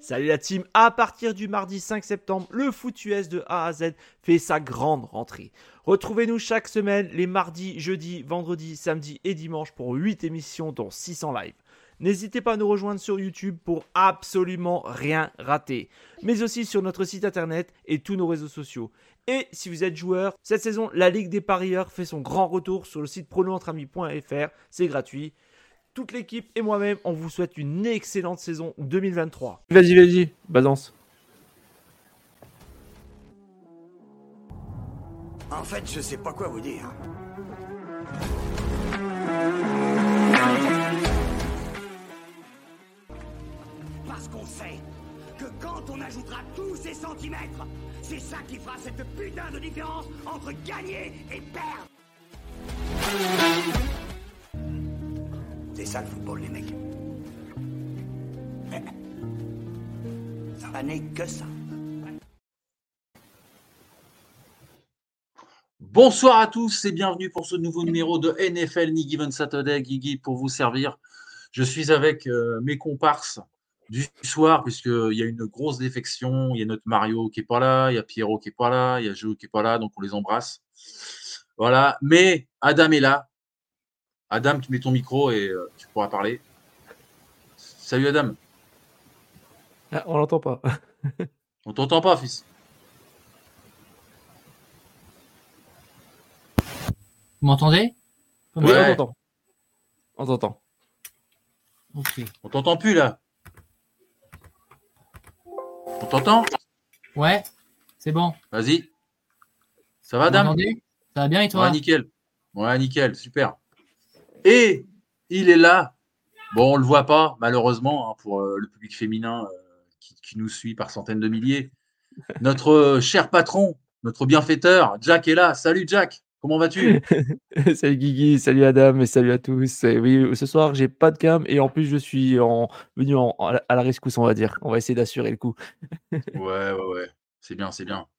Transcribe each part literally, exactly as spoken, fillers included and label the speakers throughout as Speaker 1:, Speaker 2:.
Speaker 1: Salut la team, à partir du mardi cinq septembre, le foot U S de A à Z fait sa grande rentrée. Retrouvez-nous chaque semaine les mardis, jeudis, vendredis, samedis et dimanches pour huit émissions dont six en live. N'hésitez pas à nous rejoindre sur YouTube pour absolument rien rater, mais aussi sur notre site internet et tous nos réseaux sociaux. Et si vous êtes joueur, cette saison, la Ligue des parieurs fait son grand retour sur le site prono entre amis point f r, c'est gratuit. Toute l'équipe et moi-même, on vous souhaite une excellente saison deux mille vingt-trois. Vas-y, vas-y, balance.
Speaker 2: En fait, je sais pas quoi vous dire. Parce qu'on sait que quand on ajoutera tous ces centimètres, c'est ça qui fera cette putain de différence entre gagner et perdre. C'est ça le football, les mecs. Ça n'est que ça.
Speaker 3: Bonsoir à tous et bienvenue pour ce nouveau numéro de N F L Any Given Saturday. Guigui pour vous servir. Je suis avec euh, mes comparses du soir puisqu'il y a une grosse défection. Il y a notre Mario qui n'est pas là, il y a Pierrot qui n'est pas là, il y a Joe qui n'est pas là, donc on les embrasse. Voilà, mais Adam est là. Adam, tu mets ton micro et euh, tu pourras parler. Salut Adam.
Speaker 1: Ah, on l'entend pas.
Speaker 3: On t'entend pas, fils.
Speaker 4: Vous m'entendez?
Speaker 1: Oui,
Speaker 3: Ouais.
Speaker 1: on t'entend. On t'entend.
Speaker 4: Ok.
Speaker 3: On t'entend plus là. On t'entend?
Speaker 4: Ouais, c'est bon.
Speaker 3: Vas-y. Ça va,
Speaker 4: Vous
Speaker 3: Adam?
Speaker 4: m'entendez? Ça va bien et toi?
Speaker 3: Ouais, nickel. Ouais, nickel, super. Et il est là. Bon, on ne le voit pas, malheureusement, hein, pour euh, le public féminin euh, qui, qui nous suit par centaines de milliers. Notre euh, cher patron, notre bienfaiteur, Jack est là. Salut Jack, comment vas-tu?
Speaker 1: Salut Guigui, salut Adam et salut à tous. Et oui, ce soir, j'ai pas de cam et en plus, je suis en... venu en... à la rescousse, on va dire. On va essayer d'assurer le coup.
Speaker 3: Ouais, ouais, ouais. C'est bien, c'est bien.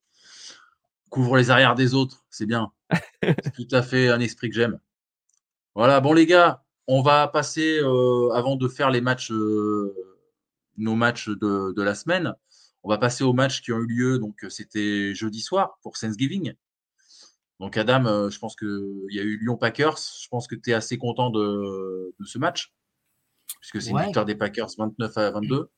Speaker 3: Couvre les arrières des autres, c'est bien. C'est tout à fait un esprit que j'aime. Voilà, bon les gars, on va passer, euh, avant de faire les matchs, euh, nos matchs de, de la semaine, on va passer aux matchs qui ont eu lieu. Donc, c'était jeudi soir pour Thanksgiving. Donc, Adam, euh, je pense qu'il y a eu Lyon-Packers. Je pense que tu es assez content de, de ce match, puisque c'est une
Speaker 4: Ouais,
Speaker 3: victoire des Packers vingt-neuf à vingt-deux.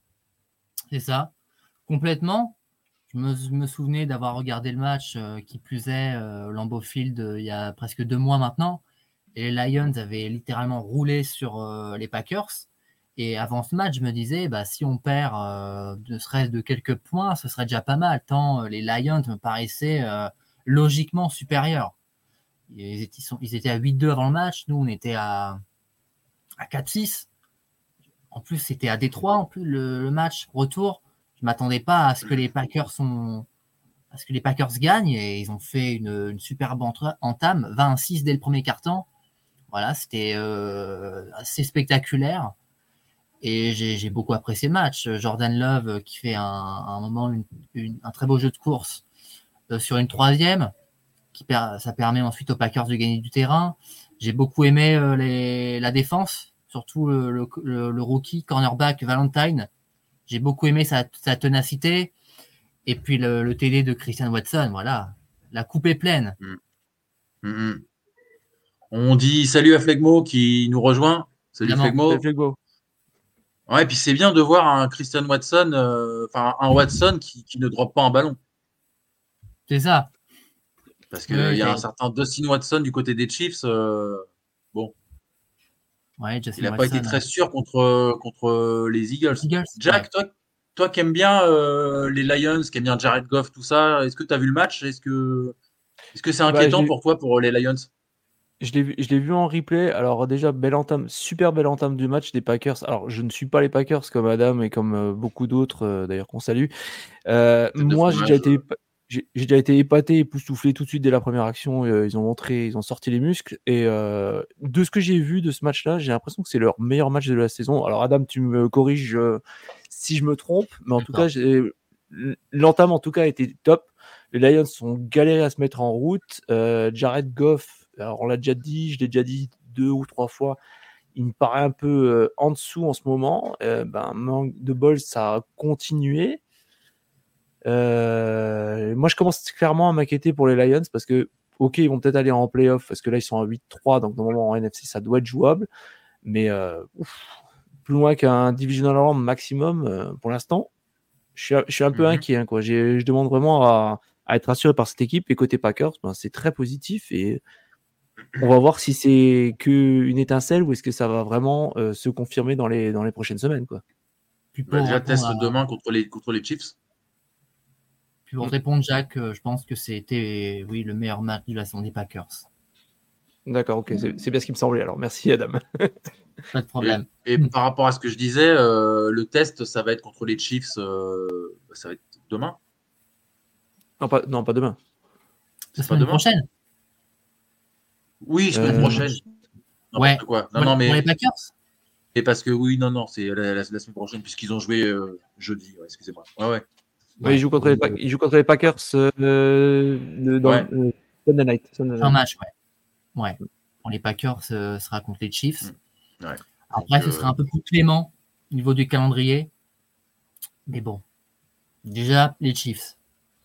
Speaker 4: c'est ça. Complètement. Je me, je me souvenais d'avoir regardé le match, euh, qui plus est, euh, Lambeau Field, euh, il y a presque deux mois maintenant. Et les Lions avaient littéralement roulé sur euh, les Packers. Et avant ce match, je me disais, bah, si on perd euh, ne serait-ce de quelques points, ce serait déjà pas mal, tant euh, les Lions me paraissaient euh, logiquement supérieurs. Ils étaient, ils sont- ils étaient à huit deux avant le match, nous on était à, à quatre six. En plus, c'était à Détroit, en plus, le, le match retour. Je m'attendais pas à ce que les Packers sont, à ce que les Packers gagnent et ils ont fait une, une superbe entra- entame, vingt à six dès le premier quart-temps. Voilà, c'était euh, assez spectaculaire et j'ai, j'ai beaucoup apprécié le match. Jordan Love euh, qui fait un, un moment une- une- un très beau jeu de course euh, sur une troisième, qui per- ça permet ensuite aux Packers de gagner du terrain. J'ai beaucoup aimé euh, les, la défense, surtout le, le, le, le rookie cornerback Valentine. J'ai beaucoup aimé sa, sa ténacité. Et puis le, le T D de Christian Watson, voilà. La coupe est pleine.
Speaker 3: Mm, mm, mm. On dit salut à Flegmo qui nous rejoint. Salut
Speaker 4: Évidemment.
Speaker 3: Flegmo.
Speaker 1: Let's go.
Speaker 3: Ouais, et puis c'est bien de voir un Christian Watson, euh, enfin un Watson qui, qui ne droppe pas un ballon.
Speaker 4: C'est ça.
Speaker 3: Parce qu'il
Speaker 4: Oui,
Speaker 3: y a un
Speaker 4: j'ai...
Speaker 3: certain Dustin Watson du côté des Chiefs. euh, bon,
Speaker 4: ouais,
Speaker 3: il
Speaker 4: Justin
Speaker 3: n'a pas
Speaker 4: Watson.
Speaker 3: été très sûr contre, contre les Eagles.
Speaker 4: Eagles,
Speaker 3: Jack,
Speaker 4: ouais.
Speaker 3: toi, toi qui aimes bien euh, les Lions, qui aimes bien Jared Goff, tout ça, est-ce que tu as vu le match? Est-ce que est-ce que c'est
Speaker 1: Bah, je
Speaker 3: inquiétant
Speaker 1: l'ai-
Speaker 3: pour toi pour les Lions?
Speaker 1: Je l'ai vu, je l'ai vu en replay. Alors déjà, belle entame, super belle entame du match des Packers. Alors, je ne suis pas les Packers comme Adam et comme euh, beaucoup d'autres, euh, d'ailleurs qu'on salue. Euh,
Speaker 3: Tête de
Speaker 1: moi, j'ai déjà
Speaker 3: fromage.
Speaker 1: été, épa- j'ai, j'ai déjà été épaté, époustouflé tout de suite dès la première action. Euh, ils ont montré, ils ont sorti les muscles. Et euh, de ce que j'ai vu de ce match-là, j'ai l'impression que c'est leur meilleur match de la saison. Alors, Adam, tu me corriges euh, si je me trompe, mais en tout
Speaker 4: D'accord.
Speaker 1: cas, j'ai- l'entame en tout cas était top. Les Lions sont galérés à se mettre en route. Euh, Jared Goff, alors on l'a déjà dit, je l'ai déjà dit deux ou trois fois, il me paraît un peu euh, en dessous en ce moment. Euh, ben, manque de bol, ça a continué. Euh, moi, je commence clairement à m'inquiéter pour les Lions parce que, ok, ils vont peut-être aller en playoff parce que là, ils sont à huit trois, donc normalement en N F C, ça doit être jouable. Mais euh, ouf, plus loin qu'un divisional round maximum, euh, pour l'instant, je suis, je suis un peu
Speaker 3: Mhm.
Speaker 1: inquiet. Hein, quoi. J'ai, je demande vraiment à, à être rassuré par cette équipe. Et côté Packers, ben, c'est très positif. Et on va voir si c'est qu'une étincelle ou est-ce que ça va vraiment euh, se confirmer dans les, dans les prochaines semaines. Quoi.
Speaker 4: Puis
Speaker 3: Bah,
Speaker 4: pour
Speaker 3: déjà,
Speaker 4: répondre
Speaker 3: test
Speaker 4: à,
Speaker 3: demain contre les, contre les Chiefs.
Speaker 4: puis pour
Speaker 1: Mm.
Speaker 4: répondre, Jack, euh, je pense que c'était oui, le meilleur match de la saison des Packers.
Speaker 1: D'accord, ok, c'est, c'est bien ce qui me semblait. Alors, merci Adam.
Speaker 4: Pas de
Speaker 3: Et,
Speaker 4: problème.
Speaker 3: et par rapport à ce que je disais, euh, le test, ça va être contre les Chiefs. euh, ça va être demain.
Speaker 1: non, pas, non, pas demain.
Speaker 4: La
Speaker 3: C'est pas
Speaker 4: semaine
Speaker 3: demain
Speaker 4: prochaine.
Speaker 3: Oui,
Speaker 1: Euh,
Speaker 3: semaine prochaine.
Speaker 4: Ouais.
Speaker 3: N'importe quoi. Non,
Speaker 4: Pour,
Speaker 3: non,
Speaker 4: pour les
Speaker 3: mais
Speaker 4: Packers.
Speaker 3: et parce que oui, non, non, c'est la, la- la semaine prochaine puisqu'ils ont joué euh, jeudi. Ouais, excusez-moi. Ouais, ouais.
Speaker 1: Ouais,
Speaker 4: Ouais.
Speaker 1: il joue contre les, Pa- il joue contre les Packers euh, le, dans
Speaker 3: Ouais.
Speaker 1: le euh, Sunday night. Sunday
Speaker 4: Fin
Speaker 1: night.
Speaker 4: match, ouais. Ouais. Pour les Packers, ce sera contre les Chiefs.
Speaker 3: Mm. Ouais.
Speaker 4: Après,
Speaker 3: Donc,
Speaker 4: ce
Speaker 3: euh,
Speaker 4: sera un peu plus clément au niveau du calendrier. Mais bon. Déjà, les Chiefs.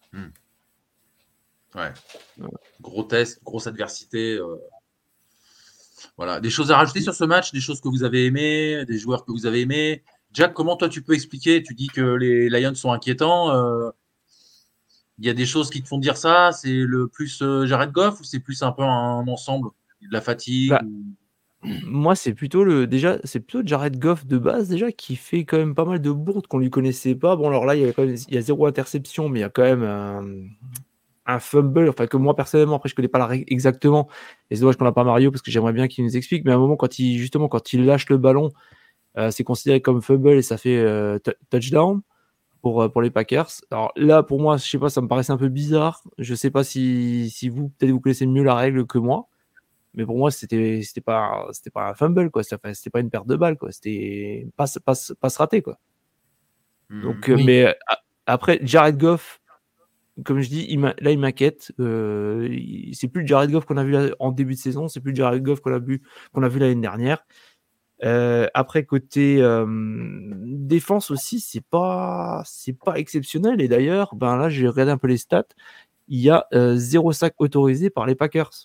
Speaker 3: Ouais. Gros test, grosse adversité. euh, Voilà. Des choses à rajouter sur ce match, des choses que vous avez aimées, des joueurs que vous avez aimés. Jack, comment toi tu peux expliquer? Tu dis que les Lions sont inquiétants. euh, Il y a des choses qui te font dire ça. C'est le plus euh, Jared Goff ou c'est plus un peu un ensemble? De la fatigue
Speaker 1: Bah,
Speaker 3: ou...
Speaker 1: moi, c'est plutôt le déjà, c'est plutôt Jared Goff de base déjà qui fait quand même pas mal de bourdes qu'on lui connaissait pas. Bon, alors là, il y a quand même, il y a zéro interception, mais il y a quand même un, un fumble, enfin que moi personnellement, après je connais pas la règle exactement. Et c'est dommage qu'on n'a pas Mario parce que j'aimerais bien qu'il nous explique. Mais à un moment, quand il justement quand il lâche le ballon, euh, c'est considéré comme fumble et ça fait euh, t- touchdown pour, euh, pour les Packers. Alors là, pour moi, je sais pas, ça me paraissait un peu bizarre. Je sais pas si, si vous, peut-être vous connaissez mieux la règle que moi. Mais pour moi, c'était, c'était pas, c'était pas un fumble, quoi. C'était, c'était pas une perte de balle, quoi. C'était passe, passe, passe raté, quoi.
Speaker 3: Mhm.
Speaker 1: Donc, euh,
Speaker 4: Oui.
Speaker 1: mais euh, après, Jared Goff, comme je dis, il m'a- là, il m'inquiète. Euh, il- c'est plus le Jared Goff qu'on a vu là, en début de saison. C'est plus le Jared Goff qu'on a vu, qu'on a vu l'année dernière. Euh, après, côté euh, défense aussi, c'est pas, c'est pas exceptionnel. Et d'ailleurs, ben là, j'ai regardé un peu les stats. Il y a euh, zéro sac autorisé par les Packers.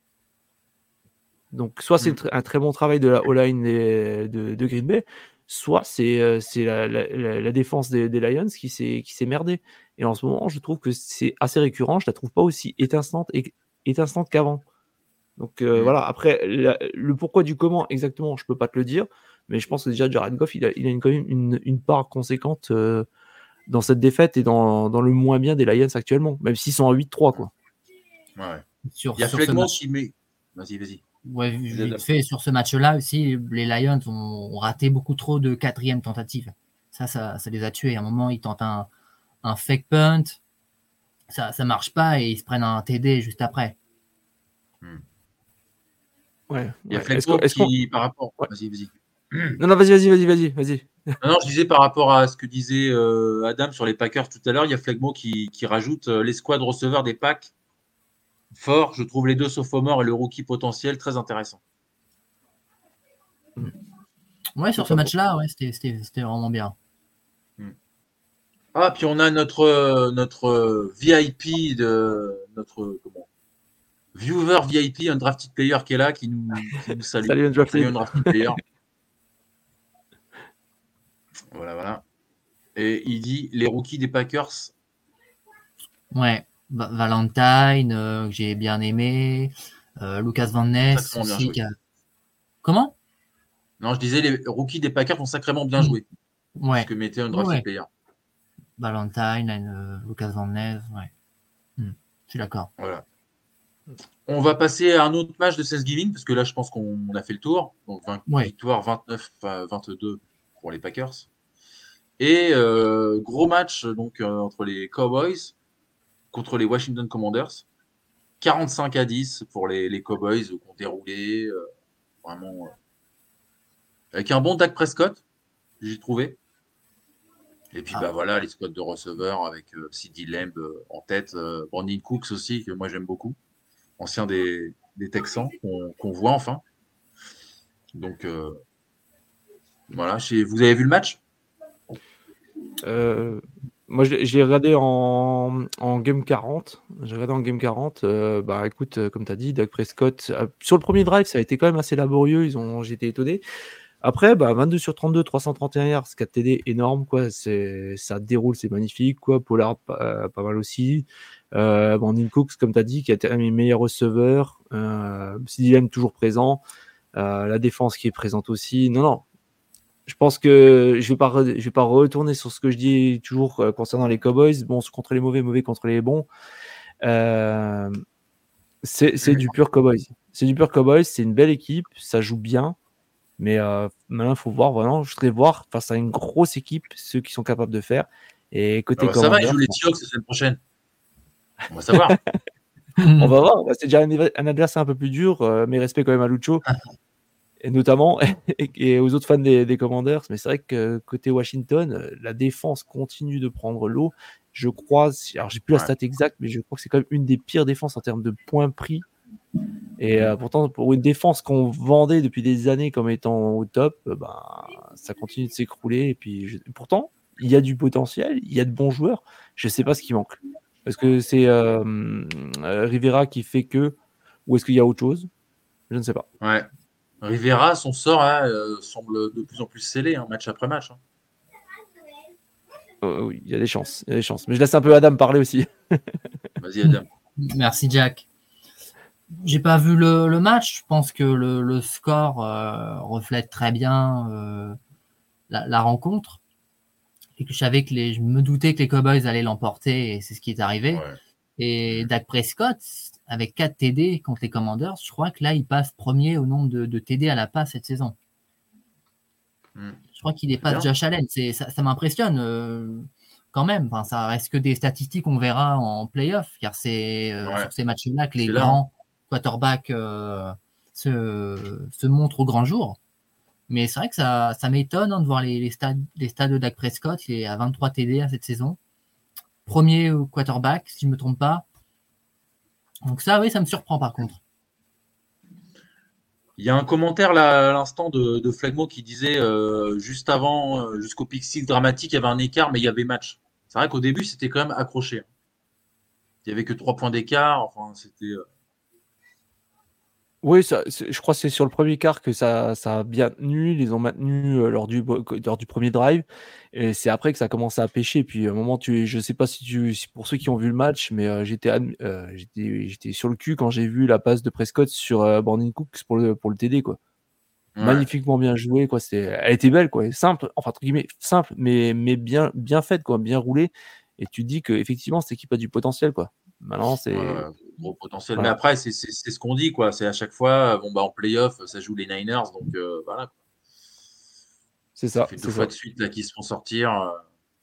Speaker 1: Donc, soit c'est
Speaker 3: Mm.
Speaker 1: tr- un très bon travail de la O-line des- de, de Green Bay, soit c'est euh, c'est la, la- la- la défense des, des Lions qui s'est qui s'est merdée. Et en ce moment, je trouve que c'est assez récurrent. Je la trouve pas aussi étincelante, et- étincelante qu'avant. Donc euh,
Speaker 3: Mm.
Speaker 1: voilà. Après, la- le pourquoi du comment exactement, je peux pas te le dire. Mais je pense que déjà Jared Goff, il a, il a une, quand même une, une part conséquente euh, dans cette défaite et dans, dans le moins bien des Lions actuellement, même s'ils sont à huit trois, quoi.
Speaker 3: Ouais.
Speaker 4: Sur,
Speaker 3: Il y a
Speaker 4: sur ce
Speaker 3: Flegmo
Speaker 4: match.
Speaker 3: qui met. Vas-y, vas-y.
Speaker 4: Ouais,
Speaker 3: Vas-y,
Speaker 4: vite
Speaker 3: Adam.
Speaker 4: fait, sur ce match-là aussi, les Lions ont, ont raté beaucoup trop de quatrième tentatives. Ça, ça, ça les a tués. À un moment, ils tentent un, un fake punt. Ça, ça marche pas et ils se prennent un T D juste après.
Speaker 1: Ouais.
Speaker 3: Il y a
Speaker 1: ouais. Est-ce qu'on,
Speaker 3: Flegmo
Speaker 1: est-ce qu'on...
Speaker 3: qui, par rapport.
Speaker 1: Ouais.
Speaker 3: Vas-y, vas-y.
Speaker 1: Non, non, vas-y, vas-y, vas-y, vas-y, vas-y.
Speaker 3: Non, non, je disais par rapport à ce que disait euh, Adam sur les Packers tout à l'heure, il y a Flegmo qui, qui rajoute euh, l'escouade receveur des Packs. Fort, je trouve les deux sophomores et le rookie potentiel très intéressant.
Speaker 4: Ouais, sur ce
Speaker 1: Totalement.
Speaker 4: match-là, ouais, c'était, c'était, c'était vraiment bien.
Speaker 3: Ah, puis on a notre, euh, notre euh, V I P, de, notre euh, comment, viewer V I P, un drafted player qui est là, qui nous, qui nous salue.
Speaker 1: Salut, Undrafted.
Speaker 3: Salut, un drafted player. Voilà, voilà. Et il dit les rookies des Packers.
Speaker 4: Ouais, Va- Valentine, euh, que j'ai bien aimé. Euh, Lucas Van Ness
Speaker 3: Sacrément bien
Speaker 4: aussi.
Speaker 3: joué.
Speaker 4: qui a- Comment?
Speaker 3: Non, je disais les rookies des Packers ont sacrément bien
Speaker 4: Mm.
Speaker 3: joué.
Speaker 4: Ouais,
Speaker 3: Ce que mettait un drafted
Speaker 4: Ouais.
Speaker 3: player.
Speaker 4: Valentine, euh, Lucas Van Ness, ouais. Mm. Je suis d'accord.
Speaker 3: Voilà. On va passer à un autre match de Thanksgiving, parce que là, je pense qu'on on a fait le tour. Donc, vingt
Speaker 4: Ouais.
Speaker 3: victoire vingt-neuf à vingt-deux pour les Packers. Et euh, gros match donc euh, entre les Cowboys contre les Washington Commanders. quarante-cinq à dix pour les, les Cowboys qui ont déroulé. euh, vraiment. euh, avec un bon Dak Prescott, j'ai trouvé. Et puis,
Speaker 4: Ah.
Speaker 3: bah voilà, les squads de receveurs avec euh, CeeDee Lamb euh, en tête. Euh, Brandon Cooks aussi, que moi j'aime beaucoup. Ancien des, des Texans, qu'on qu'on voit enfin. Donc, euh, voilà. Chez... Vous avez vu le match?
Speaker 1: Euh, moi, je, l'ai- je l'ai regardé en, en game quarante. J'ai regardé en game quarante. Euh, bah, écoute, euh, comme tu as dit, Dak Prescott, euh, sur le premier drive, ça a été quand même assez laborieux. Ils ont, j'ai été étonné. Après, bah, vingt-deux sur trente-deux, trois cent trente et un yards, quatre T D, énorme, quoi. C'est, ça déroule, c'est magnifique, quoi. Pollard, pas, euh, pas mal aussi. Euh, Brandon Cooks, comme tu as dit, qui a été un des meilleurs receveurs. Euh, C D M toujours présent. Euh, la défense qui est présente aussi. Non, non. Je pense que je vais pas, re- je vais pas retourner sur ce que je dis toujours euh, concernant les Cowboys. Bon, contre les mauvais, mauvais contre les bons. Euh, c'est, c'est du pur Cowboys. C'est du pur Cowboys. C'est une belle équipe. Ça joue bien. Mais euh, maintenant, il faut voir vraiment. Je voudrais voir face à une grosse équipe ceux qui sont capables de faire. Et
Speaker 3: Ah
Speaker 1: côté
Speaker 3: bah, ça va, ils
Speaker 1: Commander,
Speaker 3: jouent les
Speaker 1: bon,
Speaker 3: Seahawks la semaine prochaine. On va savoir.
Speaker 1: on va voir. C'est déjà un, un adversaire un peu plus dur. Euh, mais respect quand même à Lucho. Et notamment et, et aux autres fans des, des Commanders. Mais c'est vrai que côté Washington, euh, la défense continue de prendre l'eau. Je crois, si- alors j'ai plus la
Speaker 3: Ouais.
Speaker 1: stat exacte, mais je crois que c'est quand même une des pires défenses en termes de points pris. Et euh, pourtant, pour une défense qu'on vendait depuis des années comme étant au top, euh, ben, ça continue de s'écrouler. Et puis, je- pourtant, il y a du potentiel, il y a de bons joueurs. Je sais pas ce qui manque. Est-ce que c'est euh, euh, Rivera qui fait que, ou est-ce qu'il y a autre chose? Je ne sais pas.
Speaker 3: Ouais. Rivera, son sort là, euh, semble de plus en plus scellé, hein, match après match. Hein.
Speaker 1: Euh, oui, il y a des chances, il y a des chances. Mais je laisse un peu Adam parler aussi.
Speaker 3: Vas-y, Adam.
Speaker 4: Merci Jack. J'ai pas vu le, le match. Je pense que le, le score euh, reflète très bien euh, la, la rencontre. Et que je savais que les, je me doutais que les Cowboys allaient l'emporter et c'est ce qui est arrivé.
Speaker 3: Ouais.
Speaker 4: Et Dak Prescott, avec quatre T D contre les Commanders, je crois que là, il passe premier au nombre de, de T D à la passe cette saison.
Speaker 3: Mm.
Speaker 4: Je crois qu'il dépasse
Speaker 3: bien.
Speaker 4: Josh Allen. C'est, ça, ça m'impressionne euh, quand même. Enfin, ça reste que des statistiques qu'on verra en playoff, car c'est euh,
Speaker 3: Ouais.
Speaker 4: sur ces matchs-là que les
Speaker 3: C'est là,
Speaker 4: grands quarterbacks euh, se, se montrent au grand jour. Mais c'est vrai que ça, ça m'étonne hein, de voir les, les, stades, les stades de Dak Prescott. Il est à vingt-trois T D à cette saison. Premier au quarterback, si je ne me trompe pas. Donc ça, oui, ça me surprend par contre.
Speaker 3: Il y a un commentaire là à l'instant de, de Flagmo qui disait euh, juste avant, euh, jusqu'au pick six dramatique, il y avait un écart, mais il y avait match. C'est vrai qu'au début, c'était quand même accroché. Hein. Il n'y avait que trois points d'écart. Enfin, c'était. Euh...
Speaker 1: Oui, ça, je crois que c'est sur le premier quart que ça, ça a bien tenu. Ils les ont maintenus euh, lors, du, lors du premier drive. Et c'est après que ça a commencé à pêcher. Puis à un moment, tu, je ne sais pas si tu, si pour ceux qui ont vu le match, mais euh, j'étais, euh, j'étais, j'étais sur le cul quand j'ai vu la passe de Prescott sur euh, Brandon Cooks pour le, pour le T D, quoi.
Speaker 3: Ouais.
Speaker 1: Magnifiquement bien joué, quoi. C'est, elle était belle, quoi. Simple, enfin entre guillemets simple, mais mais bien bien faite, quoi, bien roulée. Et tu te dis que effectivement cette équipe a du potentiel, quoi. Maintenant, c'est
Speaker 3: Ouais, gros potentiel.
Speaker 1: voilà.
Speaker 3: Mais après, c'est c'est- c'est ce qu'on dit, quoi. C'est à chaque fois, bon, bah, en playoff, ça joue les Niners, donc euh, voilà.
Speaker 1: C'est
Speaker 3: Ça
Speaker 1: ça,
Speaker 3: fait deux
Speaker 1: c'est
Speaker 3: fois
Speaker 1: ça.
Speaker 3: de suite là qu'ils se font sortir. euh.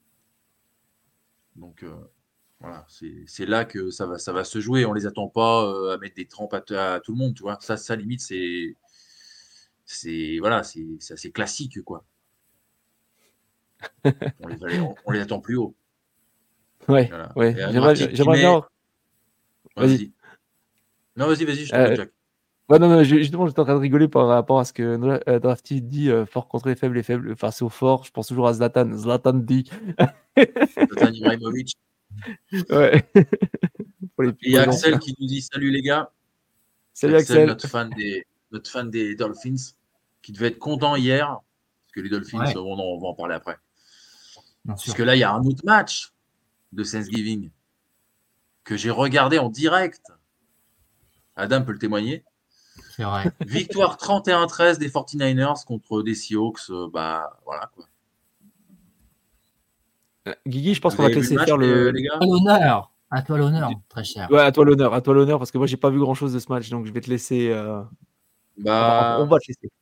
Speaker 3: Donc euh, voilà, c'est c'est là que ça va, ça va se jouer. On les attend pas euh, à mettre des trempes à, t- à tout le monde, tu vois. Ça, ça limite, c'est c'est voilà, c'est c'est assez classique, quoi. On les, on, on les attend plus haut.
Speaker 1: Ouais,
Speaker 3: Voilà.
Speaker 1: ouais.
Speaker 3: Et un
Speaker 1: J'aimerais,
Speaker 3: drafty qui
Speaker 1: j'aimerais bien.
Speaker 3: met.
Speaker 1: avoir- Vas-y.
Speaker 3: Vas-y. Non, vas-y, vas-y, je t'en prie,
Speaker 1: Euh,
Speaker 3: Jack.
Speaker 1: ouais, non, non, justement, j'étais en train de rigoler par rapport à ce que Nola- euh, Drafty dit, euh, fort contre les faibles, les faibles face aux forts. Je pense toujours à Zlatan. Zlatan dit.
Speaker 3: Zlatan Ibrahimovic.
Speaker 1: Ouais. Pour les
Speaker 3: Et il y a
Speaker 1: plus
Speaker 3: Axel
Speaker 1: anciens.
Speaker 3: qui nous dit salut les gars.
Speaker 1: Salut
Speaker 3: Axel,
Speaker 1: Axel.
Speaker 3: notre fan des, notre fan des Dolphins, qui devait être content hier, parce que les Dolphins,
Speaker 4: Ouais.
Speaker 3: on, en- on va en parler après.
Speaker 4: Bien sûr.
Speaker 3: Puisque là, il y a un autre match de Thanksgiving que j'ai regardé en direct. Adam peut le témoigner.
Speaker 4: C'est vrai.
Speaker 3: Victoire trente et un treize des forty-niners contre des Seahawks. euh, bah voilà quoi.
Speaker 1: Euh, Guigui, je pense
Speaker 3: Vous
Speaker 1: qu'on va
Speaker 3: avez
Speaker 1: te
Speaker 3: vu le
Speaker 1: laisser
Speaker 3: match,
Speaker 1: faire
Speaker 3: les,
Speaker 1: le.
Speaker 3: les gars?
Speaker 4: À l'honneur. À toi l'honneur, très cher.
Speaker 1: Ouais, à toi l'honneur, à toi l'honneur, parce que moi j'ai pas vu grand chose de ce match, donc je vais te laisser. euh, On va, on
Speaker 3: Bah,
Speaker 1: va te laisser.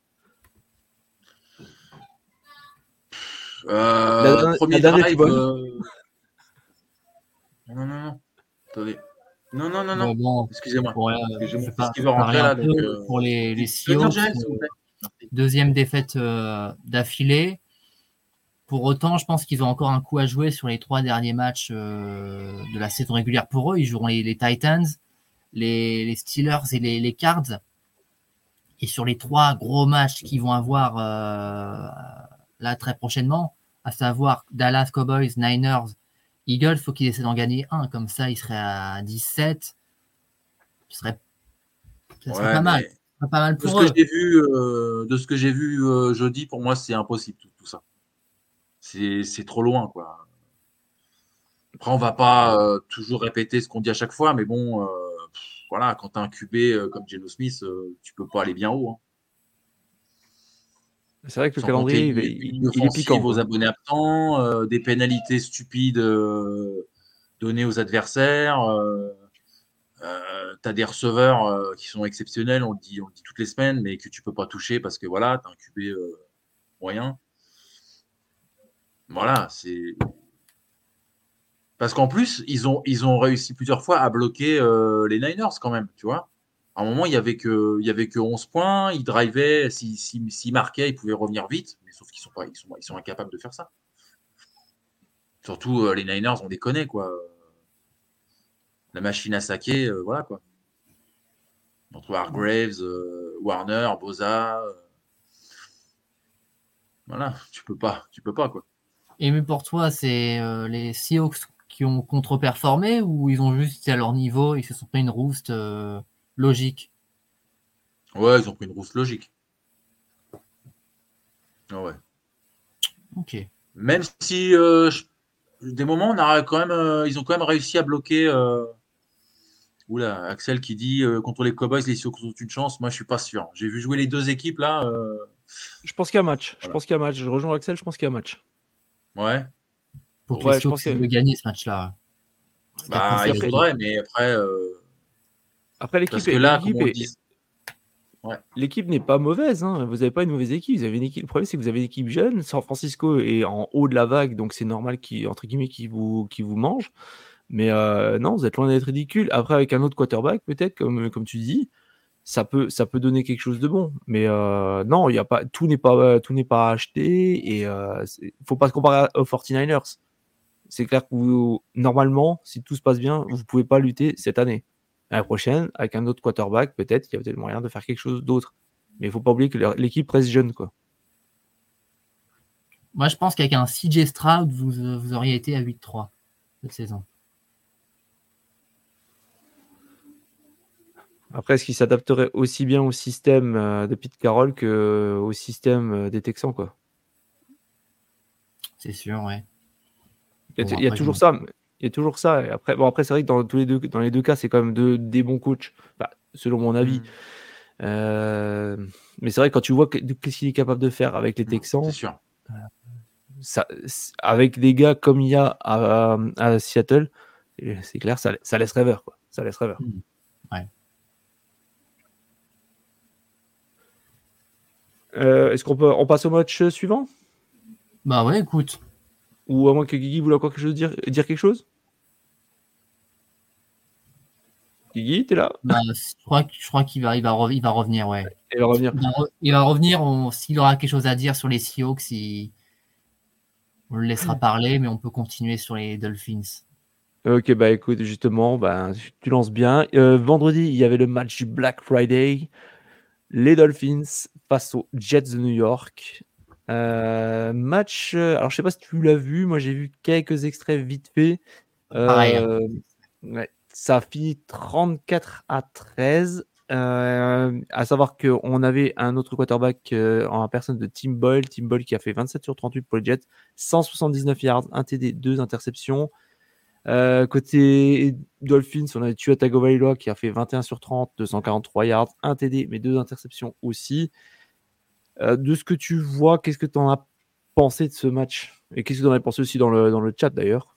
Speaker 3: euh,
Speaker 1: La, dernière-
Speaker 3: premier
Speaker 1: la dernière, tu
Speaker 3: drive.
Speaker 1: vois.
Speaker 3: euh, Non, non, non. Attendez. Non, non, non, non.
Speaker 4: Bon, bon,
Speaker 3: Excusez-moi.
Speaker 4: pour, euh,
Speaker 3: Parce que j'ai
Speaker 4: je
Speaker 3: mon
Speaker 4: vais
Speaker 3: fils
Speaker 4: pas
Speaker 3: qui veut
Speaker 4: parler
Speaker 3: rentrer
Speaker 4: un
Speaker 3: là.
Speaker 4: peu
Speaker 3: Donc, euh...
Speaker 4: pour les, les
Speaker 3: Tu peux venir,
Speaker 4: Seahawks.
Speaker 3: Jack, s'il vous
Speaker 4: euh,
Speaker 3: plaît? Merci.
Speaker 4: Deuxième défaite euh, d'affilée. Pour autant, je pense qu'ils ont encore un coup à jouer sur les trois derniers matchs euh, de la saison régulière pour eux. Ils joueront les, les Titans, les, les Steelers et les, les Cards. Et sur les trois gros matchs qu'ils vont avoir euh, là très prochainement, à savoir Dallas, Cowboys, Niners, Eagles, il faut qu'ils essaient d'en gagner un. Comme ça, ils seraient à dix-sept. Ce serait, ce serait
Speaker 3: Ouais,
Speaker 4: pas mal.
Speaker 3: mais
Speaker 4: Ce serait pas mal
Speaker 3: de ce
Speaker 4: pour
Speaker 3: que
Speaker 4: eux.
Speaker 3: j'ai vu, euh, de ce que j'ai vu euh, jeudi, pour moi, c'est impossible tout, tout ça. C'est, c'est trop loin, quoi. Après, on va pas euh, toujours répéter ce qu'on dit à chaque fois, mais bon, euh, pff, voilà, quand tu as un Q B euh, comme Geno Smith, euh, tu peux pas aller bien haut, hein.
Speaker 1: C'est vrai que le
Speaker 3: Sans compter
Speaker 1: calendrier,
Speaker 3: une,
Speaker 1: il, va-
Speaker 3: une
Speaker 1: il-
Speaker 3: ligne
Speaker 1: il est piquant,
Speaker 3: offensive aux
Speaker 1: quoi.
Speaker 3: abonnés absents, euh, des pénalités stupides euh, données aux adversaires. Euh, euh, tu as des receveurs euh, qui sont exceptionnels, on le dit, on le dit toutes les semaines, mais que tu peux pas toucher parce que voilà, tu as un Q B euh, moyen. Voilà, c'est. Parce qu'en plus, ils ont, ils ont réussi plusieurs fois à bloquer euh, les Niners quand même, tu vois. À un moment, il y avait que, il y avait que onze points, ils drivaient, s'ils si, si, s'ils marquaient, ils pouvaient revenir vite, mais sauf qu'ils sont pas, ils sont, ils sont incapables de faire ça. Surtout euh, les Niners, on les connaît, quoi. La machine à saquer, euh, voilà, quoi. Entre Hargraves, euh, Warner, Boza, euh, voilà, tu peux pas, tu peux pas, quoi.
Speaker 4: Et mais pour toi, c'est euh, les Seahawks qui ont contre-performé ou ils ont juste été à leur niveau et ils se sont pris une rouste euh, logique?
Speaker 3: Ouais, ils ont pris une rousse logique. Ah ouais.
Speaker 4: Ok.
Speaker 3: Même si euh, je- des moments, on a quand même, euh, ils ont quand même réussi à bloquer. Euh, Oula, Axel qui dit euh, contre les Cowboys, les Seahawks ont une chance. Moi, je suis pas sûr. J'ai vu jouer les deux équipes là. euh,
Speaker 1: Je pense qu'il y a match. Je
Speaker 3: voilà.
Speaker 1: pense qu'il y a match. Je rejoins Axel, je pense qu'il y a match.
Speaker 3: Ouais.
Speaker 4: Pour que les
Speaker 1: Ouais, je pense
Speaker 4: Seahawks
Speaker 1: que.
Speaker 4: aient gagné ce match-là. Parce qu'après,
Speaker 3: Bah,
Speaker 1: Puis
Speaker 3: il
Speaker 4: c'est
Speaker 1: après,
Speaker 3: faudrait, mais après, euh,
Speaker 1: après
Speaker 3: parce
Speaker 1: l'équipe
Speaker 3: que
Speaker 1: est,
Speaker 3: là, comme
Speaker 1: l'équipe
Speaker 3: on le
Speaker 1: est,
Speaker 3: dit, ouais,
Speaker 1: l'équipe n'est pas mauvaise, hein. Vous n'avez pas une mauvaise équipe. Vous avez une équipe. Le problème, c'est que vous avez une équipe jeune. San Francisco est en haut de la vague, donc c'est normal qu'il, entre guillemets, qu'il vous, qu'il vous mange. Mais euh, non, vous êtes loin d'être ridicule. Après, avec un autre quarterback, peut-être, comme, comme tu dis, ça peut, ça peut donner quelque chose de bon. Mais euh, non, il y a pas, tout n'est pas, tout n'est pas acheté. Et euh, c'est- faut pas se comparer aux forty-niners. C'est clair que vous, normalement, si tout se passe bien, vous pouvez pas lutter cette année. L'année prochaine, avec un autre quarterback, peut-être qu'il y a peut-être moyen de faire quelque chose d'autre. Mais il faut pas oublier que leur- l'équipe reste jeune, quoi.
Speaker 4: Moi, je pense qu'avec un C J Stroud, vous, vous auriez été à huit trois cette saison.
Speaker 1: Après, est-ce qu'il s'adapterait aussi bien au système euh, de Pete Carroll qu'au système euh, des Texans, quoi?
Speaker 4: C'est sûr, ouais.
Speaker 1: Il y a,
Speaker 4: Bon,
Speaker 1: il y a
Speaker 4: après,
Speaker 1: toujours
Speaker 4: je-
Speaker 1: ça. Il y a toujours ça. Et après, bon, après c'est vrai que dans, tous les deux, dans les deux cas, c'est quand même deux, des bons coachs, enfin, selon mon avis.
Speaker 3: mm,
Speaker 1: Euh, mais c'est vrai que quand tu vois que- qu'est-ce qu'il est capable de faire avec les
Speaker 3: mm, c'est
Speaker 1: Texans,
Speaker 3: sûr.
Speaker 1: ça, c'est- avec des gars comme il y a à, à Seattle, c'est c'est clair, ça, ça laisse rêveur, quoi. Ça laisse rêveur.
Speaker 4: Hmm. Ouais.
Speaker 1: Euh, est-ce qu'on peut, on passe au match suivant?
Speaker 4: Bah ouais, écoute.
Speaker 1: Ou à moins que Guigui voulait encore quelque chose dire, dire quelque chose? Guigui, t'es là?
Speaker 4: Bah, je crois, que- je crois qu'il va, il va, re- il va revenir, ouais.
Speaker 1: Il va revenir.
Speaker 4: Il va, re- il va revenir. on- S'il aura quelque chose à dire sur les Seahawks, il- on le laissera parler, mais on peut continuer sur les Dolphins.
Speaker 1: Ok, bah écoute, justement, bah, tu lances bien. Euh, vendredi, il y avait le match du Black Friday. Les Dolphins face aux Jets de New York. Euh, match, euh, alors je sais pas si tu l'as vu, moi j'ai vu quelques extraits vite fait.
Speaker 4: Pareil. hein.
Speaker 1: Euh, ouais, ça a fini trente-quatre à treize. Euh, à savoir qu'on avait un autre quarterback euh, en personne de Tim Boyle. Tim Boyle qui a fait vingt-sept sur trente-huit pour les Jets, cent soixante-dix-neuf yards, un T D, deux interceptions. Euh, côté Dolphins, on a Tua Tagovailoa qui a fait vingt et un sur trente, deux cent quarante-trois yards, un T D, mais deux interceptions aussi. Euh, de ce que tu vois, qu'est-ce que tu en as pensé de ce match? Et qu'est-ce que tu en as pensé aussi dans le, dans le chat d'ailleurs?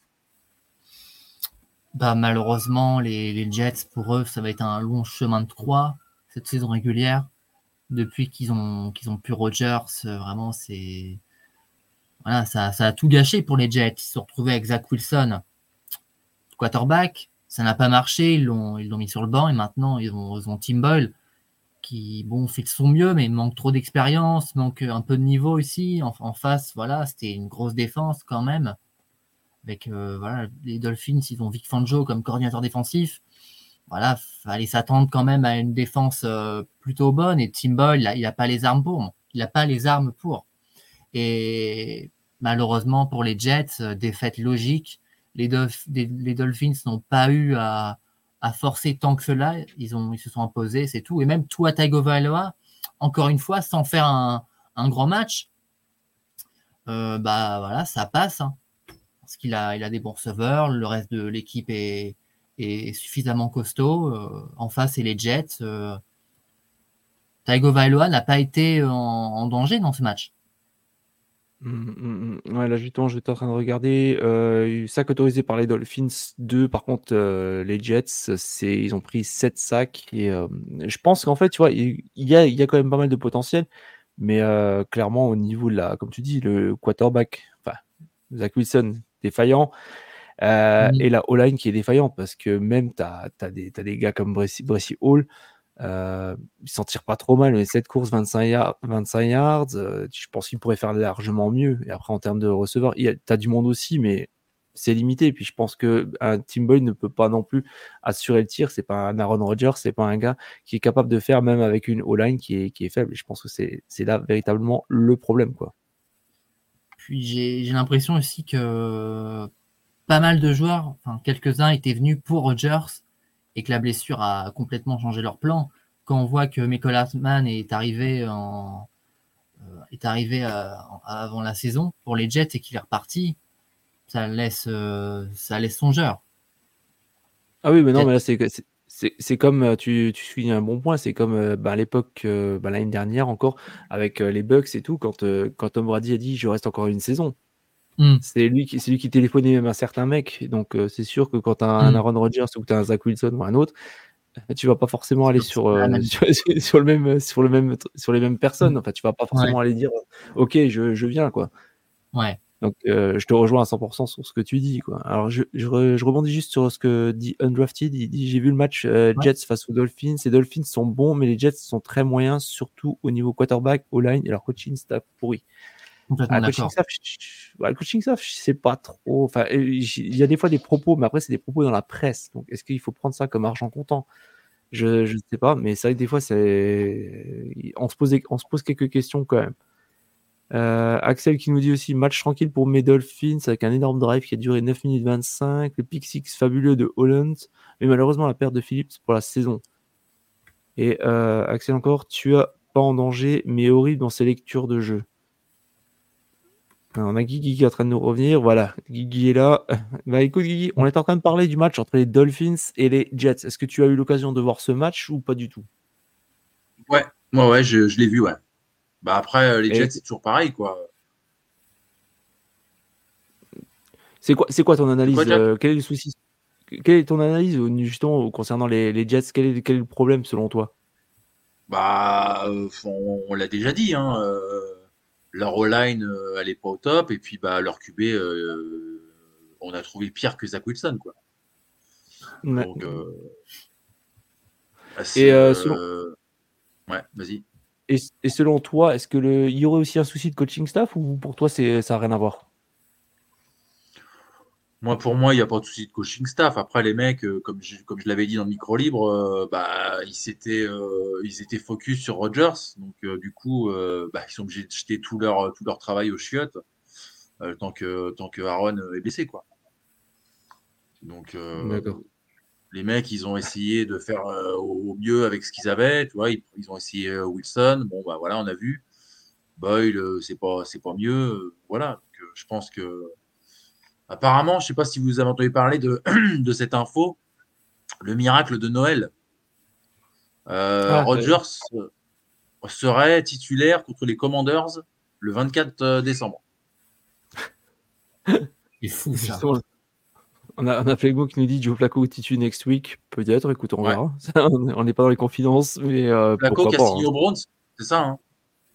Speaker 4: Bah, malheureusement, les, les Jets, pour eux, ça va être un long chemin de croix cette saison régulière. Depuis qu'ils ont, qu'ils ont pu Rodgers, euh, vraiment, c'est. Voilà, ça, ça a tout gâché pour les Jets. Ils se sont retrouvés avec Zach Wilson, quarterback. Ça n'a pas marché. Ils l'ont, ils l'ont mis sur le banc et maintenant, ils ont, ils ont Tim Boyle qui, bon, fait de son mieux, mais manque trop d'expérience, manque un peu de niveau ici. En, en face, voilà, c'était une grosse défense quand même. Avec euh, voilà, les Dolphins, ils ont Vic Fangio comme coordinateur défensif. voilà, fallait s'attendre quand même à une défense euh, plutôt bonne. Et Tim Boyle, il a, il a pas les armes pour. Il a pas les armes pour. Et malheureusement pour les Jets, euh, défaite logique. Les, Dolph- les, les Dolphins n'ont pas eu à, à forcer tant que cela. Ils, ont, ils se sont imposés, c'est tout. Et même Tua Tagovailoa, encore une fois, sans faire un, un grand match, euh, bah voilà, ça passe. Hein, parce qu'il a, il a des bons receveurs. Le reste de l'équipe est, est suffisamment costaud. Euh, en face, c'est les Jets. Euh, Tagovailoa n'a pas été en, en danger dans ce match.
Speaker 1: Mmh, mmh, mmh. Ouais, là, justement, j'étais en train de regarder. Euh, sac autorisé par les Dolphins, deux. Par contre, euh, les Jets, c'est, ils ont pris sept sacs. Et euh, je pense qu'en fait, tu vois, il il y a, il y a quand même pas mal de potentiel. Mais euh, clairement, au niveau de la, comme tu dis, le quarterback, enfin, Zach Wilson, défaillant. Euh,
Speaker 4: Mhm.
Speaker 1: et la O-line qui est défaillante parce que même tu as des, t'as des gars comme Bressy, Bressy Hall, euh, ils s'en tirent pas trop mal, mais cette course vingt-cinq yards, vingt-cinq yards euh, je pense qu'il pourrait faire largement mieux. Et après, en termes de receveurs, tu as du monde aussi, mais c'est limité. Et puis je pense qu'un Tim Boyle ne peut pas non plus assurer le tir. C'est pas un Aaron Rodgers, c'est pas un gars qui est capable de faire même avec une O-line qui est, qui est faible. Et je pense que c'est, c'est là véritablement le problème, quoi.
Speaker 4: Puis j'ai, j'ai l'impression aussi que pas mal de joueurs, enfin quelques-uns étaient venus pour Rodgers et que la blessure a complètement changé leur plan. Quand on voit que Michael Hartman est arrivé en euh, est arrivé euh, avant la saison pour les Jets et qu'il est reparti, ça laisse euh, ça laisse songeur.
Speaker 1: Ah oui, mais non,
Speaker 4: Peut-être.
Speaker 1: mais là, c'est, c'est, c'est, c'est comme, euh, tu, tu soulignes un bon point, c'est comme euh, bah, à l'époque, euh, bah, l'année dernière encore, avec euh, les Bucks et tout, quand, euh, quand Tom Brady a dit je reste encore une saison.
Speaker 4: Mm.
Speaker 1: C'est lui qui, c'est lui qui téléphonait même à certains mecs. Donc, euh, c'est sûr que quand tu as un
Speaker 4: Mm.
Speaker 1: Aaron Rodgers ou que tu as un Zach Wilson ou un autre, tu vas pas forcément aller
Speaker 4: C'est
Speaker 1: sur,
Speaker 4: pas la
Speaker 1: euh,
Speaker 4: même.
Speaker 1: sur, sur le même, sur, le même, sur les mêmes personnes.
Speaker 4: Mm.
Speaker 1: Enfin, tu vas pas
Speaker 4: Ouais,
Speaker 1: forcément aller dire ok, je, je viens, quoi.
Speaker 4: ouais.
Speaker 1: Donc, euh, je te rejoins à cent pour cent sur ce que tu dis, quoi. Alors, je, je, re- je rebondis juste sur ce que dit Undrafted. Il dit j'ai vu le match euh,
Speaker 4: Ouais,
Speaker 1: Jets face aux Dolphins. Les Dolphins sont bons, mais les Jets sont très moyens, surtout au niveau quarterback, O-line et leur coaching staff pourri. Ah,
Speaker 4: complètement
Speaker 1: le coaching
Speaker 4: d'accord.
Speaker 1: staff, je, je- bah, le coaching staff, je sais pas trop. Enfin, euh, j- il y a des fois des propos, mais après, c'est des propos dans la presse. Donc, est-ce qu'il faut prendre ça comme argent comptant? Je je sais pas, mais c'est vrai que des fois, c'est on se pose, des- on se pose quelques questions quand même. Euh, Axel qui nous dit aussi match tranquille pour mes Dolphins avec un énorme drive qui a duré neuf minutes vingt-cinq, le pick six fabuleux de Holland, mais malheureusement la perte de Phillips pour la saison. Et euh, Axel encore, tu as pas en danger, mais horrible dans ses lectures de jeu. Alors, on a Guigui qui est en train de nous revenir. Voilà, Guigui est là. Bah écoute, Guigui, on est en train de parler du match entre les Dolphins et les Jets. Est-ce que tu as eu l'occasion de voir ce match ou pas du tout?
Speaker 3: Ouais, ouais, ouais, je, je l'ai vu, ouais. Bah après, euh, les
Speaker 1: Et
Speaker 3: Jets, c'est toujours pareil, quoi.
Speaker 1: c'est quoi, c'est quoi ton
Speaker 3: De quoi,
Speaker 1: analyse?
Speaker 3: Jack?
Speaker 1: euh, Quel est le souci? Quelle est ton analyse euh, justement concernant les, les Jets? Quel est, quel est le problème selon toi?
Speaker 3: Bah, euh, on, on l'a déjà dit, hein. euh, leur O-line, euh, elle est pas au top, et puis bah leur Q B, euh, on a trouvé pire que Zach Wilson, quoi.
Speaker 1: Ouais.
Speaker 3: Donc, euh, bah, c'est,
Speaker 1: Et, euh, selon,
Speaker 3: euh, ouais, vas-y.
Speaker 1: et, et selon toi, est-ce que le, il y aurait aussi un souci de coaching staff ou pour toi c'est, ça n'a rien à voir?
Speaker 3: Moi, pour moi, il n'y a pas de souci de coaching staff. Après, les mecs, euh, comme je, comme je l'avais dit dans le micro libre, euh, bah, ils s'étaient, euh, ils étaient focus sur Rodgers. Donc, euh, du coup, euh, bah, ils sont obligés de jeter tout leur, tout leur travail aux chiottes euh, tant que, tant que Aaron est blessé, quoi. Donc, euh,
Speaker 1: D'accord.
Speaker 3: les mecs, ils ont essayé de faire euh, au mieux avec ce qu'ils avaient. Tu vois, ils, ils ont essayé euh, Wilson. Bon, bah voilà, on a vu. Boyle, euh, c'est pas, c'est pas mieux. Euh, voilà. Donc, euh, je pense que, apparemment, je sais pas si vous avez entendu parler de, de cette info, le miracle de Noël. Euh,
Speaker 1: Ah, euh,
Speaker 3: Rodgers euh, serait titulaire contre les Commanders le vingt-quatre décembre.
Speaker 4: C'est fou ça.
Speaker 1: justement, on a, on a Flegmo qui nous dit Joe Flacco titu next week. Peut-être, écoute, on
Speaker 3: Ouais.
Speaker 1: verra. Ça, on n'est pas dans les confidences, mais euh,
Speaker 3: Flacco
Speaker 1: pourquoi
Speaker 3: qui a
Speaker 1: pas.
Speaker 3: signé
Speaker 1: Hein.
Speaker 3: aux Browns, c'est ça, hein?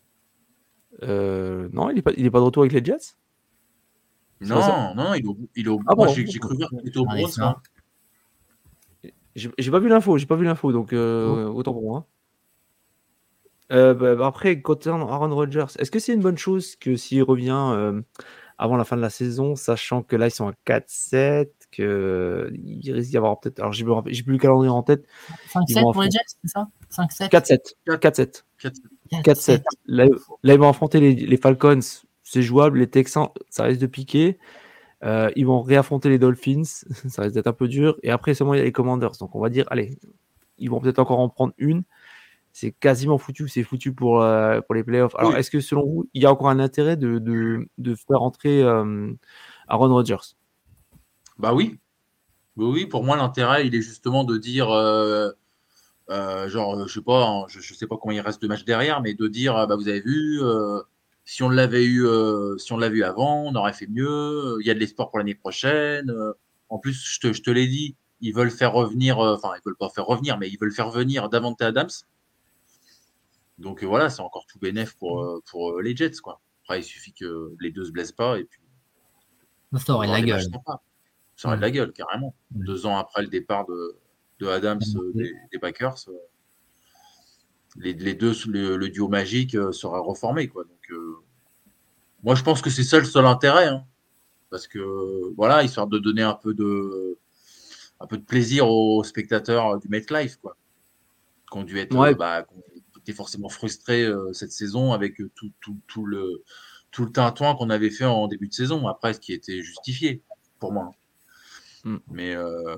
Speaker 1: Euh, non, il n'est pas, il est pas de retour avec les Jets? C'est pas ça?
Speaker 3: Non, non, il est au, il est au-
Speaker 1: Ah
Speaker 3: moi
Speaker 1: bon,
Speaker 3: j'ai j'ai cru voir qu'il était au
Speaker 4: Ah, et
Speaker 3: Browns,
Speaker 4: ça.
Speaker 3: moi.
Speaker 1: j'ai j'ai pas vu l'info, j'ai pas vu l'info, donc
Speaker 4: Oh.
Speaker 1: euh, autant pour moi. Euh, bah, bah, après, concernant Aaron Rodgers, est-ce que c'est une bonne chose que s'il revient euh, avant la fin de la saison, sachant que là ils sont à quatre sept, qu'il risque d'y avoir peut-être. Alors, j'ai plus, j'ai plus le calendrier en tête.
Speaker 4: cinq sept pour les Jets, c'est ça cinq sept
Speaker 1: quatre sept. quatre sept. quatre sept. Là, là, ils vont affronter les, les Falcons, c'est jouable. Les Texans, ça risque de piquer. Euh, ils vont réaffronter les Dolphins, ça risque d'être un peu dur. Et après, seulement, il y a les Commanders. Donc, on va dire, allez, ils vont peut-être encore en prendre une. C'est quasiment foutu, c'est foutu pour, euh, pour les playoffs. Alors, oui. Est-ce que selon vous, il y a encore un intérêt de, de, de faire entrer euh, Aaron Rodgers ?
Speaker 3: Bah oui. Oui, pour moi, l'intérêt, il est justement de dire, euh, euh, genre, je sais pas, hein, je, je sais pas combien il reste de matchs derrière, mais de dire, bah, vous avez vu, euh, si on l'avait eu, euh, si on l'avait eu avant, on aurait fait mieux. Il y a de l'espoir pour l'année prochaine. Euh, en plus, je te, je te l'ai dit, ils veulent faire revenir, enfin, euh, ils veulent pas faire revenir, mais ils veulent faire venir Davante Adams. Donc euh, voilà, c'est encore tout bénef pour, euh, pour les Jets, quoi. Après, il suffit que les deux se blessent pas et puis.
Speaker 4: Ça aurait de la gueule.
Speaker 3: Ça aurait mmh. de la gueule, carrément. Mmh. Deux ans après le départ de, de Adams mmh. euh, des, des Packers, euh, les, les deux, le, le duo magique euh, serait reformé, quoi. Donc, euh, moi, je pense que c'est ça le seul intérêt, hein, parce que voilà, histoire de donner un peu de, un peu de plaisir aux spectateurs du MetLife, quoi, qui ont dû être, ouais. euh, bah, qui ont été forcément frustrés euh, cette saison avec tout, tout, tout le, tout le tintouin qu'on avait fait en début de saison. Après, ce qui était justifié pour moi.
Speaker 1: Mm.
Speaker 3: Mais euh,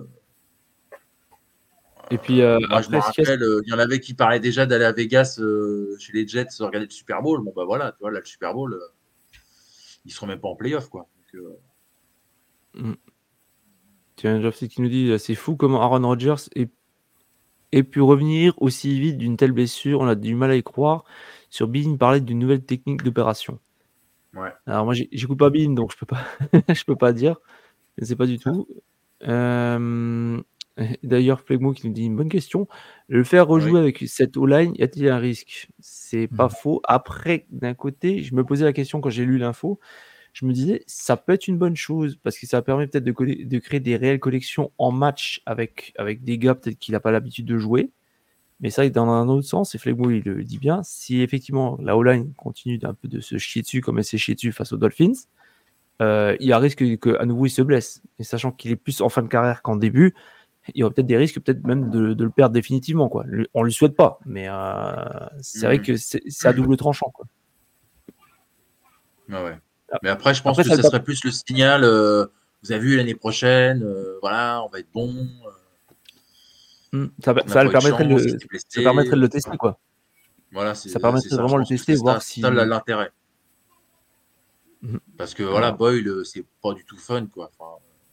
Speaker 1: et puis euh,
Speaker 3: moi, je me rappelle, il y en avait qui parlaient déjà d'aller à Vegas euh, chez les Jets regarder le Super Bowl. Bon bah voilà, tu vois là le Super Bowl, euh, ils seront même pas en playoff, quoi. Donc, euh...
Speaker 1: mm. Tiens, Jeff qui nous dit c'est fou comment Aaron Rodgers ait, ait pu revenir aussi vite d'une telle blessure. On a du mal à y croire. Sur Bean, il parlait d'une nouvelle technique d'opération.
Speaker 3: Ouais.
Speaker 1: Alors moi, j'écoute pas Bean, donc je peux pas, je peux pas dire. Je ne sais pas du tout. Euh... D'ailleurs, Flegmo qui nous dit une bonne question. Le faire rejouer oui. avec cette O-line, y a-t-il un risque ? C'est pas mmh. faux. Après, d'un côté, je me posais la question quand j'ai lu l'info. Je me disais, ça peut être une bonne chose parce que ça permet peut-être de, co- de créer des réelles connexions en match avec, avec des gars peut-être qu'il n'a pas l'habitude de jouer. Mais ça, dans un autre sens, et Flegmo il le dit bien, si effectivement la O-line continue d'un peu de se chier dessus comme elle s'est chiée dessus face aux Dolphins, euh, il y a un risque qu'à nouveau il se blesse. Et sachant qu'il est plus en fin de carrière qu'en début, il y aura peut-être des risques, peut-être même de, de le perdre définitivement, quoi. On lui souhaite pas, mais euh, c'est mmh. vrai que c'est, c'est à double tranchant, quoi.
Speaker 3: Ah ouais. Mais après, je pense après, que ça, ça serait plus le signal. Euh, vous avez vu l'année prochaine, euh, voilà, on va être bon.
Speaker 1: Euh, mmh. Ça, ça, le permettrait de, le, ça permettrait de le tester, quoi.
Speaker 3: Voilà, c'est,
Speaker 1: ça permettrait
Speaker 3: c'est ça.
Speaker 1: vraiment de le tester,
Speaker 3: c'est
Speaker 1: voir
Speaker 3: ça,
Speaker 1: si.
Speaker 3: C'est ça l'intérêt. Mmh. Parce que voilà, voilà, Boyle, c'est pas du tout fun, quoi. Enfin,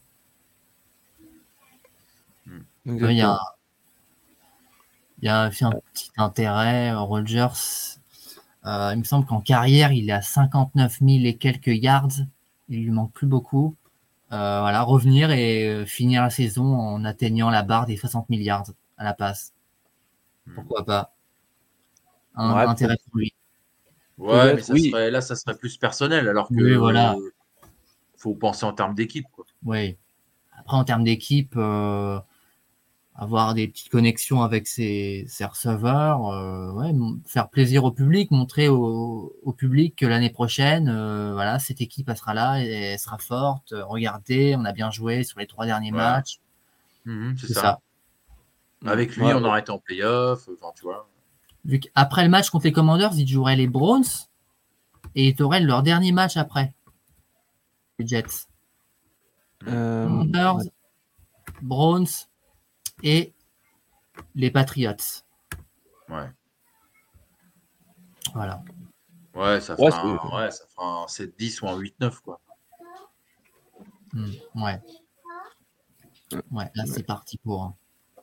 Speaker 4: Il y a, il y a aussi un petit intérêt. Rodgers, euh, il me semble qu'en carrière, il est à cinquante-neuf mille et quelques yards. Il lui manque plus beaucoup. Euh, voilà, revenir et finir la saison en atteignant la barre des soixante mille yards à la passe. Pourquoi pas ? Un ouais, intérêt pour lui.
Speaker 3: Ouais, mais ça oui. serait, là, ça serait plus personnel, alors que
Speaker 4: oui, voilà.
Speaker 3: euh, faut penser en termes d'équipe, quoi.
Speaker 4: Oui. Après, en termes d'équipe. Euh, avoir des petites connexions avec ses, ses receveurs, euh, ouais, faire plaisir au public, montrer au, au public que l'année prochaine, euh, voilà, cette équipe elle sera là et elle sera forte. Regardez, on a bien joué sur les trois derniers ouais. matchs.
Speaker 3: Mmh, c'est, c'est ça. ça. Avec lui, ouais, on ouais. aurait été en playoff. Enfin, tu vois.
Speaker 4: Vu qu'après le match contre les Commanders, ils joueraient les Browns et ils auraient leur dernier match après. Les Jets.
Speaker 1: Euh,
Speaker 4: Commanders, ouais. Browns et les Patriots.
Speaker 3: Ouais.
Speaker 4: Voilà.
Speaker 3: Ouais, ça fera, ouais, un, ouais, ça fera un sept dix ou un huit neuf, quoi.
Speaker 4: Mmh, ouais. Ouais, là, c'est ouais. parti pour. Hein.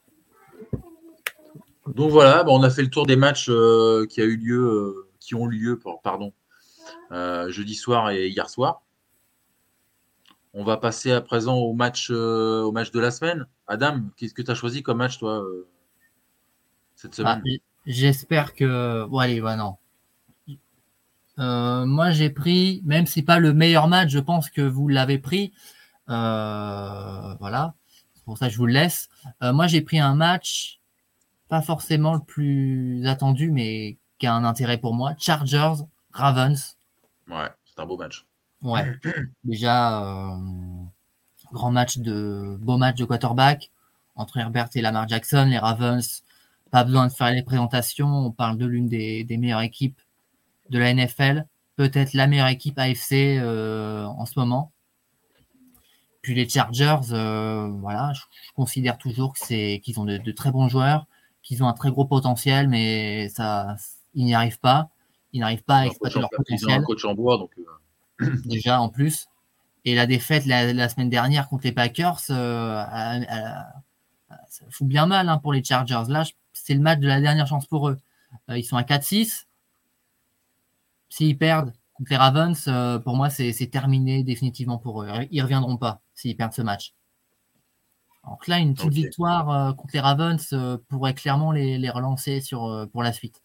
Speaker 3: Donc voilà, bon, on a fait le tour des matchs euh, qui a eu lieu, euh, qui ont lieu, pardon, euh, jeudi soir et hier soir. On va passer à présent au match, euh, au match de la semaine. Adam, qu'est-ce que tu as choisi comme match, toi, euh, cette semaine ?
Speaker 4: Ah, j'espère que. Bon, allez, ouais, non. Euh, moi, j'ai pris, même si c'est pas le meilleur match, je pense que vous l'avez pris. Euh, voilà. C'est pour ça que je vous le laisse. Euh, moi, j'ai pris un match, pas forcément le plus attendu, mais qui a un intérêt pour moi. Chargers, Ravens.
Speaker 3: Ouais, c'est un beau match.
Speaker 4: Ouais. Déjà. Euh... grand match de beau match de quarterback entre Herbert et Lamar Jackson. Les Ravens, pas besoin de faire les présentations. On parle de l'une des, des meilleures équipes de la N F L, peut-être la meilleure équipe A F C euh, en ce moment. Puis les Chargers, euh, voilà, je, je considère toujours que c'est qu'ils ont de, de très bons joueurs, qu'ils ont un très gros potentiel, mais ça, ils n'y arrivent pas. Ils n'arrivent pas à exploiter leur
Speaker 3: Ils ont
Speaker 4: potentiel.
Speaker 3: un coach en bois, donc. Euh...
Speaker 4: Déjà en plus. Et la défaite la, la semaine dernière contre les Packers, euh, à, à, à, ça fout bien mal hein, pour les Chargers. Là, je, c'est le match de la dernière chance pour eux. Euh, ils sont à quatre six. S'ils perdent contre les Ravens, euh, pour moi, c'est, c'est terminé définitivement pour eux. Ils ne reviendront pas s'ils perdent ce match. Donc là, une petite okay. victoire euh, contre les Ravens euh, pourrait clairement les, les relancer sur, euh, pour la suite.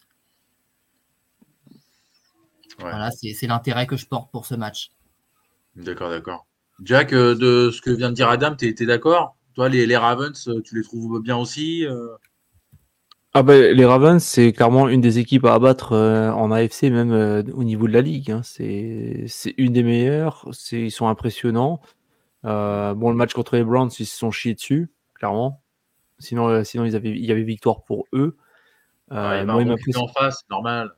Speaker 4: Ouais. Voilà, c'est, c'est l'intérêt que je porte pour ce match.
Speaker 3: D'accord, d'accord. Jack, euh, de ce que vient de dire Adam, tu es d'accord? Toi, les, les Ravens, tu les trouves bien aussi euh...
Speaker 1: Ah ben, les Ravens, c'est clairement une des équipes à abattre euh, en A F C, même euh, au niveau de la ligue. Hein. C'est, c'est une des meilleures. C'est, ils sont impressionnants. Euh, bon, le match contre les Browns, ils se sont chiés dessus, clairement. Sinon, euh, sinon ils avaient, il y avait victoire pour eux.
Speaker 3: Euh, ouais, moi, il m'impressionne. En face, c'est normal.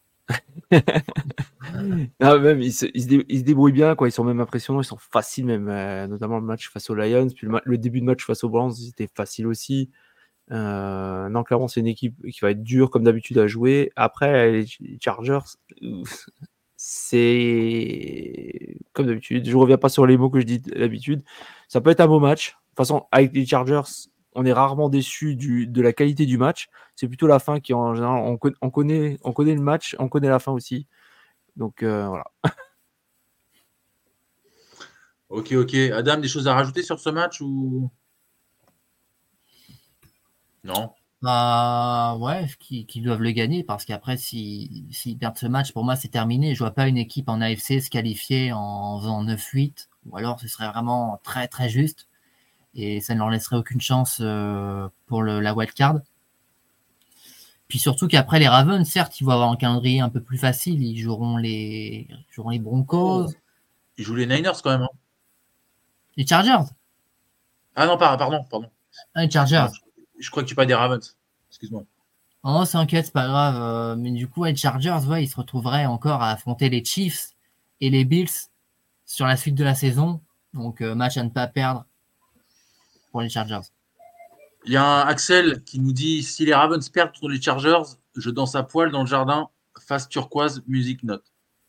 Speaker 1: non, même, ils, se, ils, se dé, ils se débrouillent bien, quoi. Ils sont même impressionnants, ils sont faciles, même, euh, notamment le match face aux Lions. Puis le, ma- le début de match face aux Browns, c'était facile aussi. Euh, non, clairement, c'est une équipe qui va être dure, comme d'habitude, à jouer. Après, les Chargers, c'est comme d'habitude. Je reviens pas sur les mots que je dis d'habitude. Ça peut être un beau match. De toute façon, avec les Chargers, on est rarement déçu du, de la qualité du match. C'est plutôt la fin qui, en général, on, con, on, connaît, on connaît le match, on connaît la fin aussi. Donc, euh, voilà.
Speaker 3: Ok, ok. Adam, des choses à rajouter sur ce match ou non?
Speaker 4: Bah ouais, qu'ils qui doivent le gagner parce qu'après, s'ils si, si perdent ce match, pour moi, c'est terminé. Je vois pas une équipe en A F C se qualifier en faisant neuf huit, ou alors ce serait vraiment très très juste et ça ne leur laisserait aucune chance euh, pour le, la wildcard. Puis surtout qu'après les Ravens, certes, ils vont avoir un calendrier un peu plus facile. Ils joueront les, ils joueront les Broncos.
Speaker 3: Oh, ils jouent les Niners quand même. Hein.
Speaker 4: Les Chargers.
Speaker 3: Ah non, pardon, pardon.
Speaker 4: Ah, les Chargers.
Speaker 3: Je crois que tu parles des Ravens. Excuse-moi.
Speaker 4: Oh, c'est inquiète, c'est pas grave. Euh, mais du coup, les Chargers, ouais, ils se retrouveraient encore à affronter les Chiefs et les Bills sur la suite de la saison. Donc, euh, match à ne pas perdre pour les Chargers.
Speaker 3: Il y a un Axel qui nous dit si les Ravens perdent contre les Chargers, je danse à poil dans le jardin, face turquoise, musique note.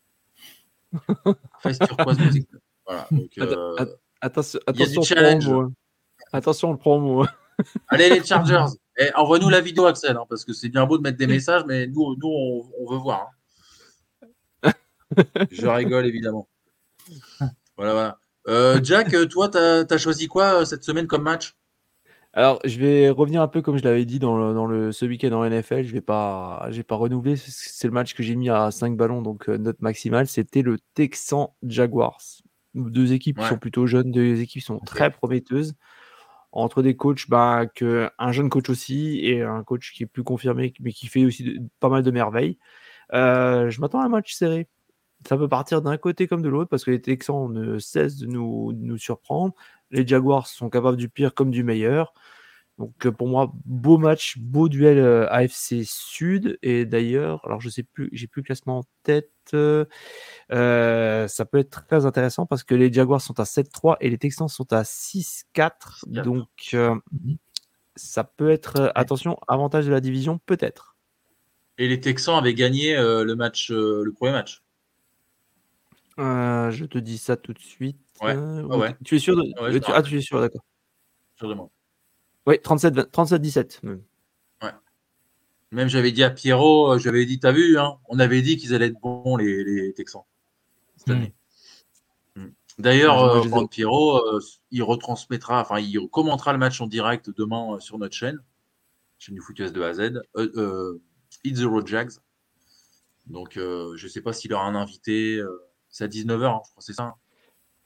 Speaker 3: Face turquoise, musique note. Voilà. Donc, euh,
Speaker 1: attention, attention, promo. Attention, le promo.
Speaker 3: Allez, les Chargers. Eh, envoie-nous la vidéo, Axel, hein, parce que c'est bien beau de mettre des messages, mais nous, nous on, on veut voir. Hein. Je rigole, évidemment. Voilà, voilà. Euh, Jack, toi, tu as choisi quoi cette semaine comme match?
Speaker 1: Alors, je vais revenir un peu comme je l'avais dit dans, le, dans le, ce week-end en N F L. Je ne vais pas, j'ai pas renouveler. C'est le match que j'ai mis à cinq ballons, donc euh, note maximale. C'était le Texan Jaguars. Deux équipes ouais. qui sont plutôt jeunes, deux équipes qui sont okay. très prometteuses. Entre des coachs, bah, que, un jeune coach aussi et un coach qui est plus confirmé, mais qui fait aussi de, pas mal de merveilles. Euh, je m'attends à un match serré. Ça peut partir d'un côté comme de l'autre parce que les Texans ne cessent de nous, de nous surprendre. Les Jaguars sont capables du pire comme du meilleur. Donc pour moi, beau match, beau duel euh, A F C Sud. Et d'ailleurs, alors je sais plus, j'ai plus le classement en tête. Euh, ça peut être très intéressant parce que les Jaguars sont à sept trois et les Texans sont à six quatre. Donc euh, mm-hmm. ça peut être, euh, attention, avantage de la division, peut-être.
Speaker 3: Et les Texans avaient gagné euh, le match, euh, le premier match.
Speaker 1: Euh, je te dis ça tout de suite.
Speaker 3: Ouais.
Speaker 1: Euh,
Speaker 3: ah ouais.
Speaker 1: Tu es sûr de...
Speaker 3: ah, ouais,
Speaker 1: tu... ah, tu es sûr, d'accord.
Speaker 3: Sûr de moi.
Speaker 1: Oui, trente-sept dix-sept. Même.
Speaker 3: Ouais. Même j'avais dit à Pierrot, j'avais dit, t'as vu, hein, on avait dit qu'ils allaient être bons, les, les Texans, cette année. Mmh. Mmh. D'ailleurs, ah, euh, ai... Pierrot, euh, il retransmettra, enfin, il commentera le match en direct demain euh, sur notre chaîne, chaîne du Foot U S de A à Z, euh, euh, It's the Road Jags. Donc, euh, je ne sais pas s'il aura un invité. Euh, c'est à dix-neuf heures, hein, je crois, c'est ça. Hein.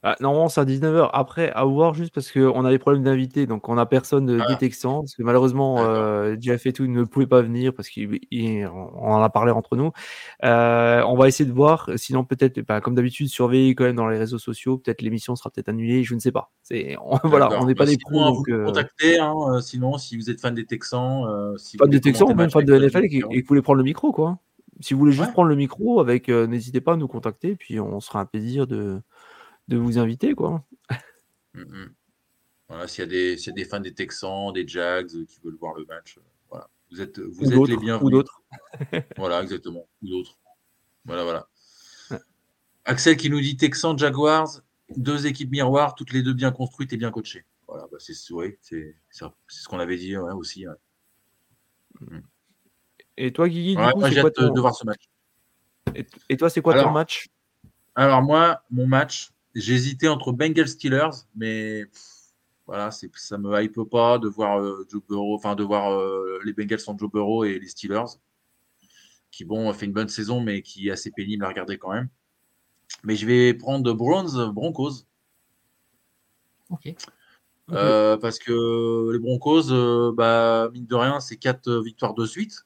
Speaker 1: Ah, normalement, c'est à dix-neuf heures. Après, à voir juste parce qu'on a des problèmes d'invités, donc on a personne euh, des
Speaker 3: Ah,
Speaker 1: Texans. Parce que malheureusement,
Speaker 3: d'accord.
Speaker 1: euh, Jeff et tout ne pouvaient pas venir parce qu'on en a parlé entre nous. Euh, on va essayer de voir. Sinon, peut-être, bah, comme d'habitude, surveiller quand même dans les réseaux sociaux. Peut-être l'émission sera peut-être annulée. Je ne sais pas. C'est, on- voilà, on
Speaker 3: D'accord.
Speaker 1: n'est
Speaker 3: Bah,
Speaker 1: pas des
Speaker 3: sinon,
Speaker 1: pros,
Speaker 3: hein, vous
Speaker 1: donc
Speaker 3: nous
Speaker 1: euh,
Speaker 3: contactez. Hein, euh, sinon, si vous êtes fan des Texans, euh, si vous
Speaker 1: fan de
Speaker 3: voulez
Speaker 1: Texans
Speaker 3: commenter
Speaker 1: ou
Speaker 3: le
Speaker 1: même
Speaker 3: match
Speaker 1: fan
Speaker 3: avec
Speaker 1: de
Speaker 3: notre
Speaker 1: N F L et qui,
Speaker 3: différent.
Speaker 1: et qui voulez prendre le micro, quoi. Si vous voulez juste
Speaker 3: Ouais.
Speaker 1: prendre le micro, avec, euh, n'hésitez pas à nous contacter, puis on sera un plaisir de, de vous inviter, quoi.
Speaker 3: Mm, mm. Voilà, s'il y a des, s'il y a des fans des Texans, des Jags euh, qui veulent voir le match, euh, voilà. Vous êtes,
Speaker 1: Ou
Speaker 3: vous êtes les
Speaker 1: d'autres, ou
Speaker 3: bienvenus.
Speaker 1: d'autres.
Speaker 3: Voilà, exactement. Ou d'autres. Voilà, voilà.
Speaker 1: Ouais.
Speaker 3: Axel qui nous dit Texans, Jaguars, deux équipes miroirs, toutes les deux bien construites et bien coachées. Voilà, bah c'est ouais, c'est c'est c'est ce qu'on avait dit ouais, aussi. Ouais. Mm.
Speaker 1: Et toi, Guigui, du
Speaker 3: Ouais,
Speaker 1: coup,
Speaker 3: moi
Speaker 1: c'est
Speaker 3: j'ai
Speaker 1: quoi
Speaker 3: hâte de,
Speaker 1: ton...
Speaker 3: de voir ce match.
Speaker 1: Et, et toi, c'est quoi ton
Speaker 3: Alors,
Speaker 1: match?
Speaker 3: alors moi, mon match, j'ai hésité entre Bengals Steelers, mais pff, voilà, c'est ça me hype pas de voir euh, Joe Burrow, enfin de voir euh, les Bengals sans Joe Burrow et les Steelers, qui bon fait une bonne saison, mais qui est assez pénible à regarder quand même. Mais je vais prendre Browns Broncos.
Speaker 4: Ok.
Speaker 1: Ok.
Speaker 3: Euh, parce que les Broncos, euh, bah, mine de rien, c'est quatre euh, victoires de suite.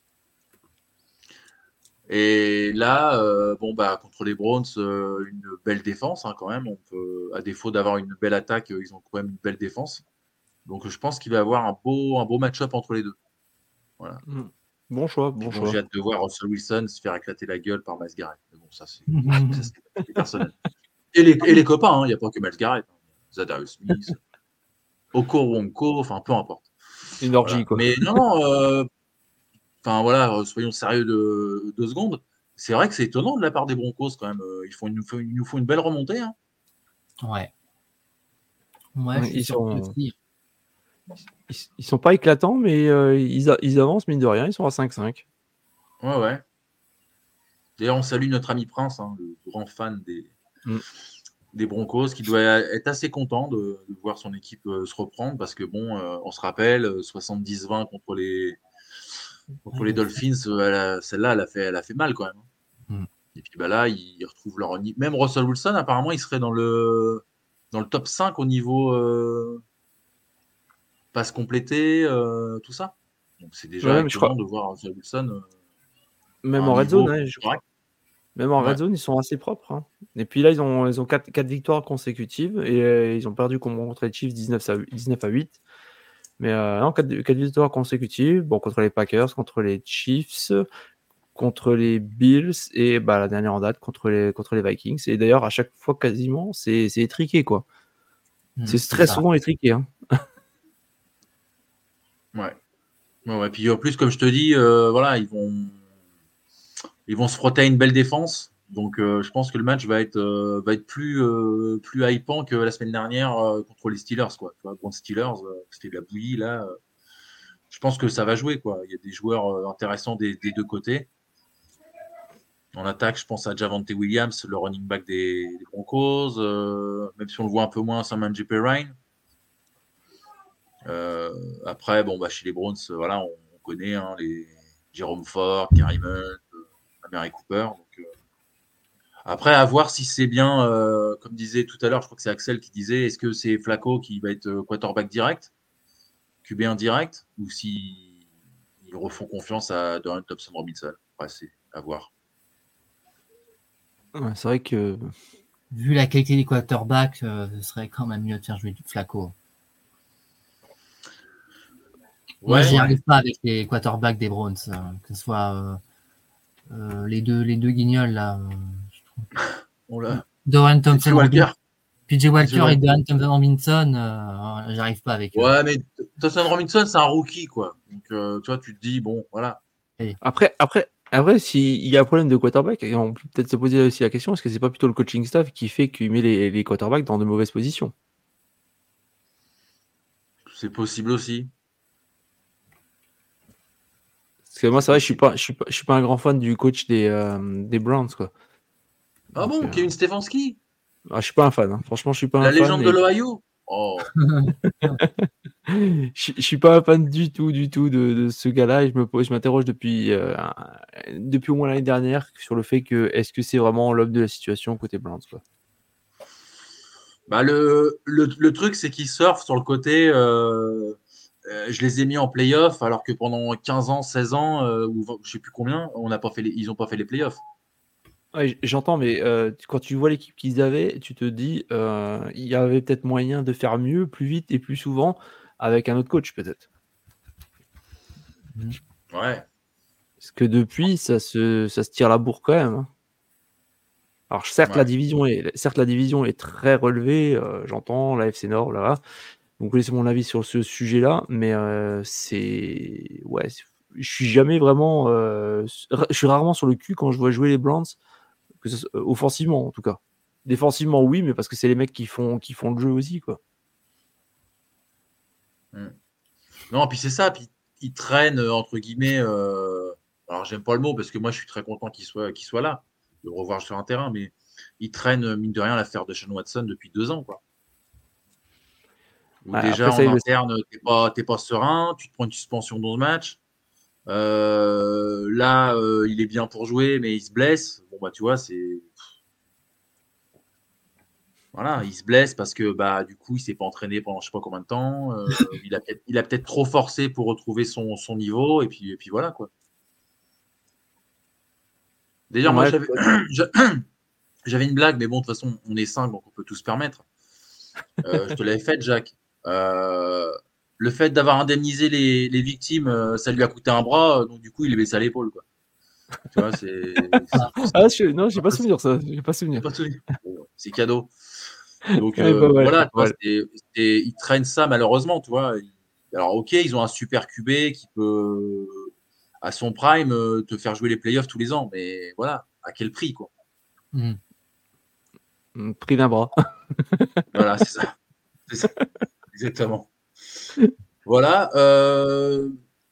Speaker 3: Et là, euh, bon, bah, contre les Browns, euh, une belle défense hein, quand même. On peut, à défaut d'avoir une belle attaque, euh, ils ont quand même une belle défense. Donc, je pense qu'il va y avoir un beau, un beau match-up entre les deux. Voilà.
Speaker 1: Mm. Bon choix,
Speaker 3: Puis
Speaker 1: bon
Speaker 3: bon, j'ai
Speaker 1: choix.
Speaker 3: hâte de voir Russell Wilson se faire éclater la gueule par Myles Garrett. Mais bon, ça, c'est ça, c'est personnel. Et les, et les copains, hein, il n'y a pas que Myles Garrett. Hein. Zadarius Smith, Okoronkwo, enfin, peu importe.
Speaker 1: Une orgie,
Speaker 3: Voilà.
Speaker 1: quoi.
Speaker 3: Mais non, non, euh, enfin voilà, euh, soyons sérieux de deux secondes. C'est vrai que c'est étonnant de la part des Broncos quand même. Euh, Ils, font, ils, nous, font, ils nous font une belle remontée. Hein.
Speaker 4: Ouais. Ouais, je suis
Speaker 1: Ils
Speaker 4: surpris
Speaker 1: sont,
Speaker 4: aussi.
Speaker 1: ils, ils sont pas éclatants, mais euh, ils, a- ils avancent, mine de rien. Ils sont à cinq cinq.
Speaker 3: Ouais, ouais. D'ailleurs, on salue notre ami Prince, hein, le grand fan des,
Speaker 1: Mm.
Speaker 3: des Broncos, qui doit être assez content de, de voir son équipe euh, se reprendre parce que, bon, euh, on se rappelle, euh, soixante-dix vingt contre les, contre les Dolphins, euh, elle a- celle-là, elle a, fait, elle a fait mal quand même.
Speaker 4: Mm.
Speaker 3: Et puis bah, là, ils retrouvent leur niveau. Même Russell Wilson, apparemment, il serait dans le, dans le top cinq au niveau euh, passe complétée, euh, tout ça. Donc c'est
Speaker 1: Ouais,
Speaker 3: déjà
Speaker 1: même, je crois,
Speaker 3: étonnant de voir Russell Wilson euh, à
Speaker 1: même
Speaker 3: un
Speaker 1: en red zone,
Speaker 3: niveau
Speaker 1: hein, je crois.
Speaker 3: correct.
Speaker 1: Même en
Speaker 3: Ouais.
Speaker 1: red zone, ils sont assez propres. Hein. Et puis là, ils ont, ils ont quatre, quatre victoires consécutives et euh, ils ont perdu contre les Chiefs dix-neuf à huit. Mais euh, non, quatre, quatre victoires consécutives. Bon, contre les Packers, contre les Chiefs, contre les Bills et bah, la dernière en date contre les, contre les Vikings. Et d'ailleurs, à chaque fois, quasiment, c'est, c'est étriqué, quoi.
Speaker 4: Mm,
Speaker 1: C'est
Speaker 4: c'est
Speaker 1: très
Speaker 4: ça.
Speaker 1: souvent étriqué. Hein.
Speaker 3: Ouais. Ouais, ouais. Puis en plus, comme je te dis, euh, voilà, ils vont, ils vont se frotter à une belle défense. Donc euh, je pense que le match va être, euh, va être plus, euh, plus hypant que la semaine dernière euh, contre les Steelers. Quoi. Tu vois, contre les Steelers, euh, c'était de la bouillie. Là, euh, je pense que ça va jouer. Quoi. Il y a des joueurs euh, intéressants des, des deux côtés. En attaque, je pense à Javonte Williams, le running back des, des Broncos, euh, même si on le voit un peu moins, Saman J P. Ryan. Euh, après, bon, bah, chez les Browns, euh, voilà, on, on connaît hein, les Jerome Ford, Karim Hunt, euh, Amari Cooper. Donc, euh, après, à voir si c'est bien, euh, comme disait tout à l'heure, je crois que c'est Axel qui disait, est-ce que c'est Flacco qui va être euh, quarterback direct, Q B un direct, ou si ils refont confiance à Dorian Thompson-Robinson. Après, c'est à voir.
Speaker 1: Ouais, c'est vrai que.
Speaker 4: Vu la qualité des quarterbacks, euh, ce serait quand même mieux de faire jouer du Flacco. Moi,
Speaker 3: Ouais,
Speaker 4: j'y
Speaker 3: ouais.
Speaker 4: arrive pas avec les quarterbacks des Browns, euh, que ce soit euh, euh, les deux les deux guignols là. Euh,
Speaker 3: On l'a.
Speaker 4: Dorian
Speaker 3: P J
Speaker 4: Thompson
Speaker 3: Walker.
Speaker 4: Robinson, P J Walker
Speaker 3: P J Walker.
Speaker 4: et Dorian Thompson Robinson, euh, j'arrive pas avec eux.
Speaker 3: Ouais, mais Thompson Robinson, c'est un rookie, quoi. Donc, euh, tu vois, tu te dis, bon, voilà.
Speaker 1: Après, après, après s'il y a un problème de quarterback, on peut peut-être se poser aussi la question est-ce que c'est pas plutôt le coaching staff qui fait qu'il met les, les quarterbacks dans de mauvaises positions?
Speaker 3: C'est possible aussi.
Speaker 1: Parce que moi, c'est vrai, je suis pas, je suis pas, je suis pas un grand fan du coach des, euh, des Browns, quoi.
Speaker 3: Ah
Speaker 1: Donc,
Speaker 3: bon,
Speaker 1: euh,
Speaker 3: Kevin Stefanski,
Speaker 1: ah, je suis pas un fan. Hein. Franchement, je suis pas
Speaker 3: la
Speaker 1: un fan.
Speaker 3: légende
Speaker 1: Et...
Speaker 3: de l'Ohio. Oh,
Speaker 1: je, je suis pas un fan du tout, du tout de, de ce gars-là. Et je me, pose- je m'interroge depuis, euh, depuis au moins l'année dernière sur le fait que est-ce que c'est vraiment l'homme de la situation côté Browns, quoi.
Speaker 3: Bah, le, le, le truc, c'est qu'ils surfent sur le côté. Euh, euh, je les ai mis en playoff, alors que pendant quinze ans, seize ans, euh, ou vingt, je sais plus combien, on n'a pas fait les, ils n'ont pas fait les playoffs.
Speaker 1: Ouais, j'entends, mais euh, quand tu vois l'équipe qu'ils avaient, tu te dis euh, il y avait peut-être moyen de faire mieux, plus vite et plus souvent avec un autre coach, peut-être.
Speaker 3: Ouais.
Speaker 1: Parce que depuis, ça se, ça se tire la bourre quand même. Hein. Alors certes,
Speaker 3: Ouais.
Speaker 1: la division est, certes, la division est très relevée. Euh, j'entends la F C Nord là. Donc laissez mon avis sur ce sujet-là, mais euh, c'est ouais, c'est... je suis jamais vraiment, euh... je suis rarement sur le cul quand je vois jouer les Browns, que ce... euh, offensivement en tout cas. Défensivement oui, mais parce que c'est les mecs qui font qui font le jeu aussi quoi.
Speaker 3: Mm. Non, puis c'est ça, puis ils traînent entre guillemets. Euh... Alors j'aime pas le mot parce que moi je suis très content qu'il soit qu'il soit là, de le revoir sur un terrain, mais ils traînent mine de rien l'affaire de Sean Watson depuis deux ans quoi. Où
Speaker 1: Ouais,
Speaker 3: déjà
Speaker 1: après ça
Speaker 3: en
Speaker 1: il le...
Speaker 3: interne t'es pas t'es pas serein, tu te prends une suspension d'onze matchs. Euh, là, euh, il est bien pour jouer, mais il se blesse. Bon bah tu vois, c'est voilà, il se blesse parce que bah du coup il s'est pas entraîné pendant je sais pas combien de temps. Euh, il a peut-être il a peut-être trop forcé pour retrouver son, son niveau et puis et puis voilà quoi. D'ailleurs moi
Speaker 1: Ouais,
Speaker 3: j'avais j'avais une blague, mais bon de toute façon on est cinq donc on peut tout se permettre. Euh, je te l'avais faite, Jacques. Euh, le fait d'avoir indemnisé les, les victimes, euh, ça lui a coûté un bras, donc du coup il est baissé à l'épaule quoi. Tu vois, c'est c'est-
Speaker 1: ah, je... non, j'ai pas souvenir ça, j'ai pas souvenir.
Speaker 3: pas souvenir. C'est cadeau. Donc
Speaker 1: Ouais,
Speaker 3: euh,
Speaker 1: pas mal,
Speaker 3: voilà,
Speaker 1: pas
Speaker 3: tu vois,
Speaker 1: mal.
Speaker 3: c'est, c'est, ils traînent ça malheureusement, tu vois. Alors ok, ils ont un super Q B qui peut, à son prime, euh, te faire jouer les playoffs tous les ans, mais voilà, à quel prix quoi.
Speaker 4: Mm.
Speaker 1: Prix d'un bras.
Speaker 3: Voilà, c'est ça. C'est ça. Exactement. Voilà. Euh,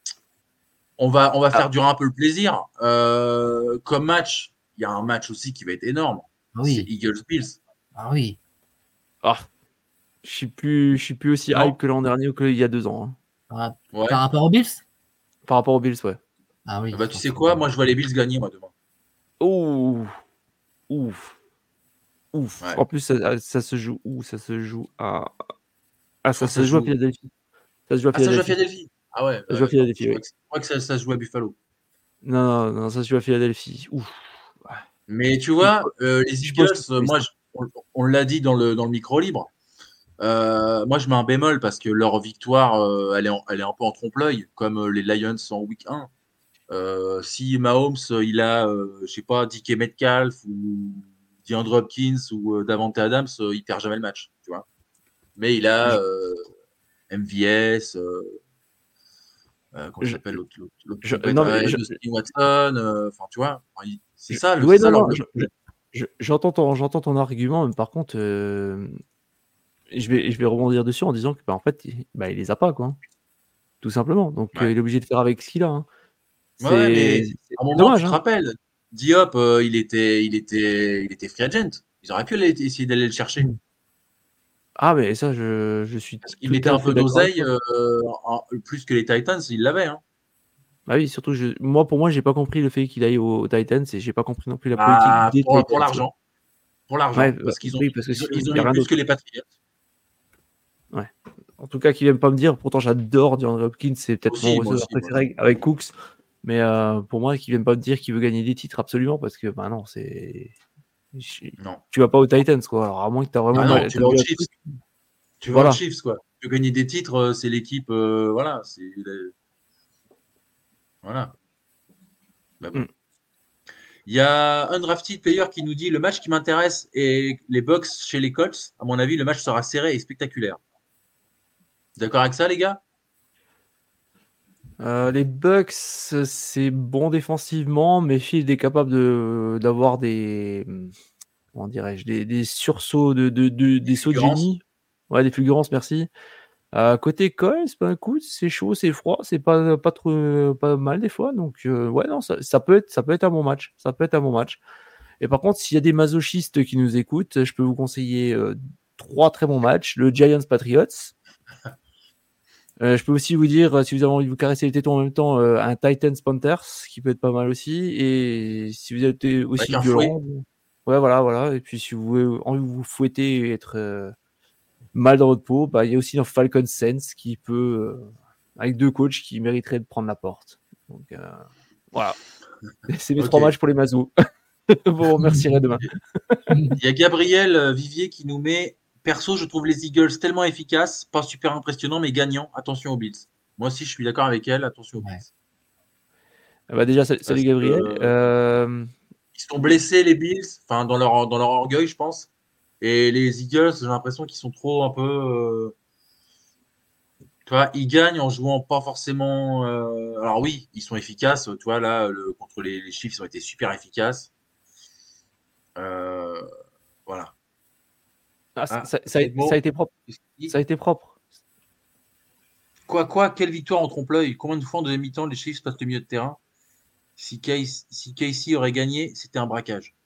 Speaker 3: on va, on va
Speaker 1: Ah,
Speaker 3: faire durer un peu le plaisir. Euh, comme match, il y a un match aussi qui va être énorme.
Speaker 4: Ah
Speaker 3: C'est
Speaker 4: oui,
Speaker 3: Eagles-Bills.
Speaker 4: ah oui.
Speaker 1: ah, je suis plus, je suis plus aussi
Speaker 3: Non?
Speaker 1: hype que l'an dernier ou qu'il y a deux ans. Hein.
Speaker 4: Par,
Speaker 3: Ouais.
Speaker 4: par rapport aux Bills?
Speaker 1: Par rapport aux Bills, ouais.
Speaker 4: Ah oui.
Speaker 3: Bah, tu sais
Speaker 4: forcément.
Speaker 3: quoi? Moi, je vois les Bills gagner, moi, demain.
Speaker 1: Ouh, ouf, ouf.
Speaker 3: Ouais.
Speaker 1: En plus, ça, ça se joue où? Ça se joue à. Ah,
Speaker 3: Je crois
Speaker 1: ça
Speaker 3: que ça
Speaker 1: se
Speaker 3: se
Speaker 1: joue à
Speaker 3: joue.
Speaker 1: Philadelphie. Ça se joue à
Speaker 3: Ah, ça joue à
Speaker 1: Philadelphie.
Speaker 3: Philadelphie. Ah ouais,
Speaker 1: Ça se
Speaker 3: bah,
Speaker 1: joue à
Speaker 3: d'accord.
Speaker 1: Philadelphie,
Speaker 3: Je crois
Speaker 1: oui.
Speaker 3: que, je crois que ça, ça se joue à Buffalo.
Speaker 1: Non, non, non, ça se joue à Philadelphie. Ouf.
Speaker 3: Mais tu
Speaker 1: Je
Speaker 3: vois, euh, les
Speaker 1: je
Speaker 3: Eagles,
Speaker 1: pense que
Speaker 3: euh,
Speaker 1: c'est
Speaker 3: moi,
Speaker 1: ça.
Speaker 3: je- on, on l'a dit dans le, dans le micro libre. Euh, moi, je mets un bémol parce que leur victoire, euh, elle, est en- elle est un peu en trompe-l'œil, comme euh, les Lions en week un. Euh, si Mahomes, euh, il a, euh, je sais pas, D K Metcalf ou DeAndre Hopkins ou euh, Davante Adams, euh, il perd jamais le match, tu vois. Mais il a
Speaker 1: Je,
Speaker 3: euh, M V S, euh, euh, comment il
Speaker 1: je,
Speaker 3: s'appelle l'autre, l'autre, l'autre
Speaker 1: je-
Speaker 3: trompette,
Speaker 1: non, mais
Speaker 3: euh,
Speaker 1: je,
Speaker 3: Dustin Watson, euh, enfin, tu vois, enfin, il- c'est
Speaker 1: je-
Speaker 3: ça, le,
Speaker 1: ouais,
Speaker 3: c'est ça
Speaker 1: non,
Speaker 3: leur,
Speaker 1: non,
Speaker 3: le
Speaker 1: je- je-
Speaker 3: problème.
Speaker 1: je- j'entends ton, j'entends ton argument, mais par contre, euh, je vais, je vais rebondir dessus en disant que, bah, en fait, il, bah, il les a pas, quoi. Tout simplement. Donc, euh,
Speaker 3: Ouais.
Speaker 1: il est obligé de faire avec ce qu'il a. Hein.
Speaker 3: Ouais, ouais, mais
Speaker 1: C'est, c'est
Speaker 3: à un moment, tu
Speaker 1: dommage,
Speaker 3: te
Speaker 1: hein.
Speaker 3: rappelles, Diop, euh, il était, il était, il était free agent. Ils auraient pu aller- essayer d'aller le chercher.
Speaker 1: Ah, mais ça, je, je suis
Speaker 3: Parce qu'il
Speaker 1: tout
Speaker 3: mettait
Speaker 1: à
Speaker 3: un
Speaker 1: fait
Speaker 3: peu
Speaker 1: d'accord avec
Speaker 3: d'oseille,
Speaker 1: toi.
Speaker 3: euh, en- plus que les Titans, ils l'avaient, hein.
Speaker 1: Bah oui, surtout, je, moi, pour moi, j'ai pas compris le fait qu'il aille aux, aux Titans et j'ai pas compris non plus la politique
Speaker 3: Bah,
Speaker 1: des
Speaker 3: pour, pour
Speaker 1: Titans. Ouais,
Speaker 3: l'argent. Pour
Speaker 1: ouais,
Speaker 3: l'argent.
Speaker 1: bah,
Speaker 3: Parce qu'ils ont,
Speaker 1: oui, parce que
Speaker 3: ils ont,
Speaker 1: sinon,
Speaker 3: ils
Speaker 1: il
Speaker 3: ont
Speaker 1: n'y a
Speaker 3: mis
Speaker 1: rien
Speaker 3: plus
Speaker 1: d'autre.
Speaker 3: que les Patriots.
Speaker 1: Ouais. En tout cas, qu'il vienne pas me dire, pourtant j'adore DeAndre Hopkins, c'est peut-être mon
Speaker 3: Aussi, moi
Speaker 1: receveur
Speaker 3: aussi, moi.
Speaker 1: préféré avec Cooks, mais euh, pour moi, qu'il vienne pas me dire qu'il veut gagner des titres absolument, parce que bah non, c'est. je-
Speaker 3: Non.
Speaker 1: Tu vas pas aux Titans, quoi. Alors, à moins que tu as vraiment
Speaker 3: Ah non,
Speaker 1: mal.
Speaker 3: tu
Speaker 1: T'as
Speaker 3: vas aux
Speaker 1: vu un
Speaker 3: Chiefs.
Speaker 1: truc.
Speaker 3: Tu vas aux
Speaker 1: Voilà.
Speaker 3: Chiefs, quoi. Tu veux gagner des titres, euh, c'est l'équipe, euh, voilà, c'est, voilà. Bah bon.
Speaker 1: Mm.
Speaker 3: Il y a un drafted player qui nous dit le match qui m'intéresse est les Bucks chez les Colts. À mon avis, le match sera serré et spectaculaire. D'accord avec ça, les gars?
Speaker 1: Euh, les Bucks, c'est bon défensivement, mais Field est capable de, d'avoir des. Comment dirais-je, des, des sursauts, de, de, de- des sauts de
Speaker 3: Fulgurance.
Speaker 1: génie. Ouais, des fulgurances, merci. Euh, côté Colts, ben écoute, c'est chaud, c'est froid, c'est pas, pas trop pas mal des fois. Donc euh, ouais, non, ça, ça peut être ça peut être un bon match. Ça peut être un bon match. Et par contre, s'il y a des masochistes qui nous écoutent, je peux vous conseiller euh, trois très bons matchs. Le Giants Patriots. Euh, je peux aussi vous dire, euh, si vous avez envie de vous caresser les tétons en même temps, euh, un Titans Panthers qui peut être pas mal aussi. Et si vous êtes
Speaker 3: Avec
Speaker 1: aussi
Speaker 3: un fouet.
Speaker 1: violent, ouais, voilà, voilà. Et puis si vous avez envie de vous fouetter et être euh, mal dans votre peau. Bah, il y a aussi dans Falcon Sense qui peut, euh, avec deux coachs qui mériteraient de prendre la porte. Donc euh, voilà, c'est mes
Speaker 3: Ok.
Speaker 1: trois matchs pour les Mazous. Vous remercierez demain.
Speaker 3: Il y a Gabriel euh, Vivier qui nous met perso, je trouve les Eagles tellement efficaces, pas super impressionnants, mais gagnants. Attention aux Bills. Moi aussi, je suis d'accord avec elle. Attention aux
Speaker 4: Ouais.
Speaker 3: Bills.
Speaker 1: Ah bah déjà, salut
Speaker 3: Parce
Speaker 1: Gabriel.
Speaker 3: que,
Speaker 1: Euh,
Speaker 3: ils sont blessés, les Bills, enfin, dans leur, dans leur orgueil, je pense. Et les Eagles, j'ai l'impression qu'ils sont trop un peu. euh, Tu vois, ils gagnent en jouant pas forcément. euh, Alors oui, ils sont efficaces. Tu vois, là, le, contre les, les Chiefs, ils ont été super efficaces. Euh, voilà.
Speaker 1: ah, ça,
Speaker 3: Ah,
Speaker 1: ça- ça a ça a
Speaker 3: Flegmo,
Speaker 1: été propre.
Speaker 3: qu'est-ce qu'il dit
Speaker 1: Ça a été propre.
Speaker 3: Quoi, quoi, quelle victoire en trompe-l'œil? Combien de fois en deuxième mi-temps les Chiefs passent le milieu de terrain? Si Casey, si Casey aurait gagné, c'était un braquage.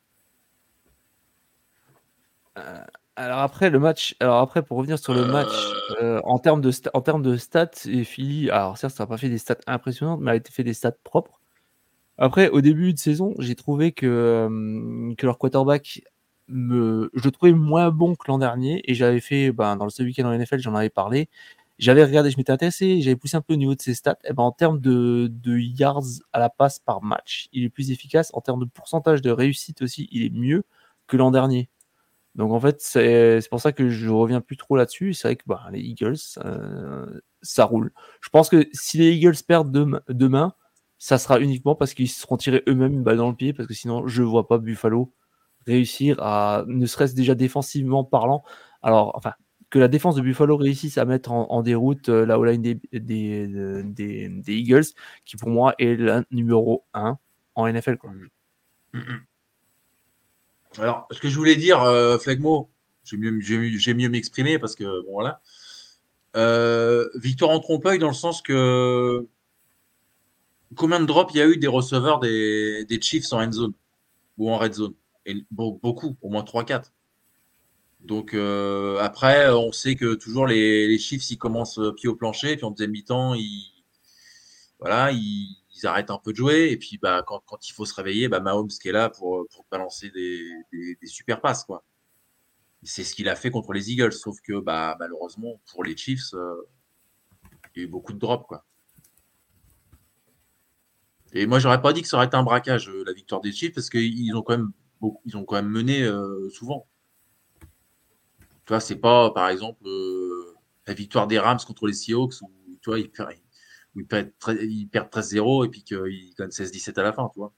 Speaker 1: Euh, alors après le match, alors après pour revenir sur le match,
Speaker 3: Euh,
Speaker 1: euh, en termes de sta- en termes de stats, et Philly, alors certes ça n'a pas fait des stats impressionnantes, mais a été fait des stats propres. Après au début de saison, j'ai trouvé que euh, que leur quarterback me, je le trouvais moins bon que l'an dernier, et j'avais fait, ben, dans le ce week-end en N F L, j'en avais parlé. J'avais regardé, je m'étais intéressé, j'avais poussé un peu au niveau de ses stats. Et ben en termes de, de yards à la passe par match, il est plus efficace. En termes de pourcentage de réussite aussi, il est mieux que l'an dernier. Donc en fait, c'est c'est pour ça que je reviens plus trop là-dessus. C'est vrai que bah, les Eagles, euh, ça roule. Je pense que si les Eagles perdent dem- demain, ça sera uniquement parce qu'ils se seront tirés eux-mêmes une balle dans le pied, parce que sinon, je vois pas Buffalo réussir à, ne serait-ce déjà défensivement parlant, alors enfin, que la défense de Buffalo réussisse à mettre en, en déroute euh, la O-line des, des, des, des Eagles, qui pour moi est la numéro un en N F L, quoi.
Speaker 3: Alors, ce que je voulais dire, euh, Flegmo, j'ai mieux, j'ai mieux, j'ai mieux m'exprimer parce que bon voilà. Euh, victoire en trompe-l'œil dans le sens que combien de drops il y a eu des receveurs des, des Chiefs en end zone ou en red zone? Et be- beaucoup, au moins trois quatre. Donc euh, après, on sait que toujours les, les Chiefs ils commencent euh, pied au plancher, puis en deuxième mi-temps ils voilà ils, ils arrêtent un peu de jouer et puis bah quand, quand il faut se réveiller, bah Mahomes qui est là pour pour balancer des, des, des super passes quoi. C'est ce qu'il a fait contre les Eagles, sauf que bah malheureusement pour les Chiefs, euh, il y a eu beaucoup de drops quoi. Et moi j'aurais pas dit que ça aurait été un braquage euh, la victoire des Chiefs parce qu'ils ont quand même beaucoup, ils ont quand même mené euh, souvent. Tu vois, c'est pas, par exemple, euh, la victoire des Rams contre les Seahawks où, tu vois, ils perdent, où ils perdent, tre- ils perdent treize zéro et puis qu'ils gagnent seize dix-sept à la fin, tu vois.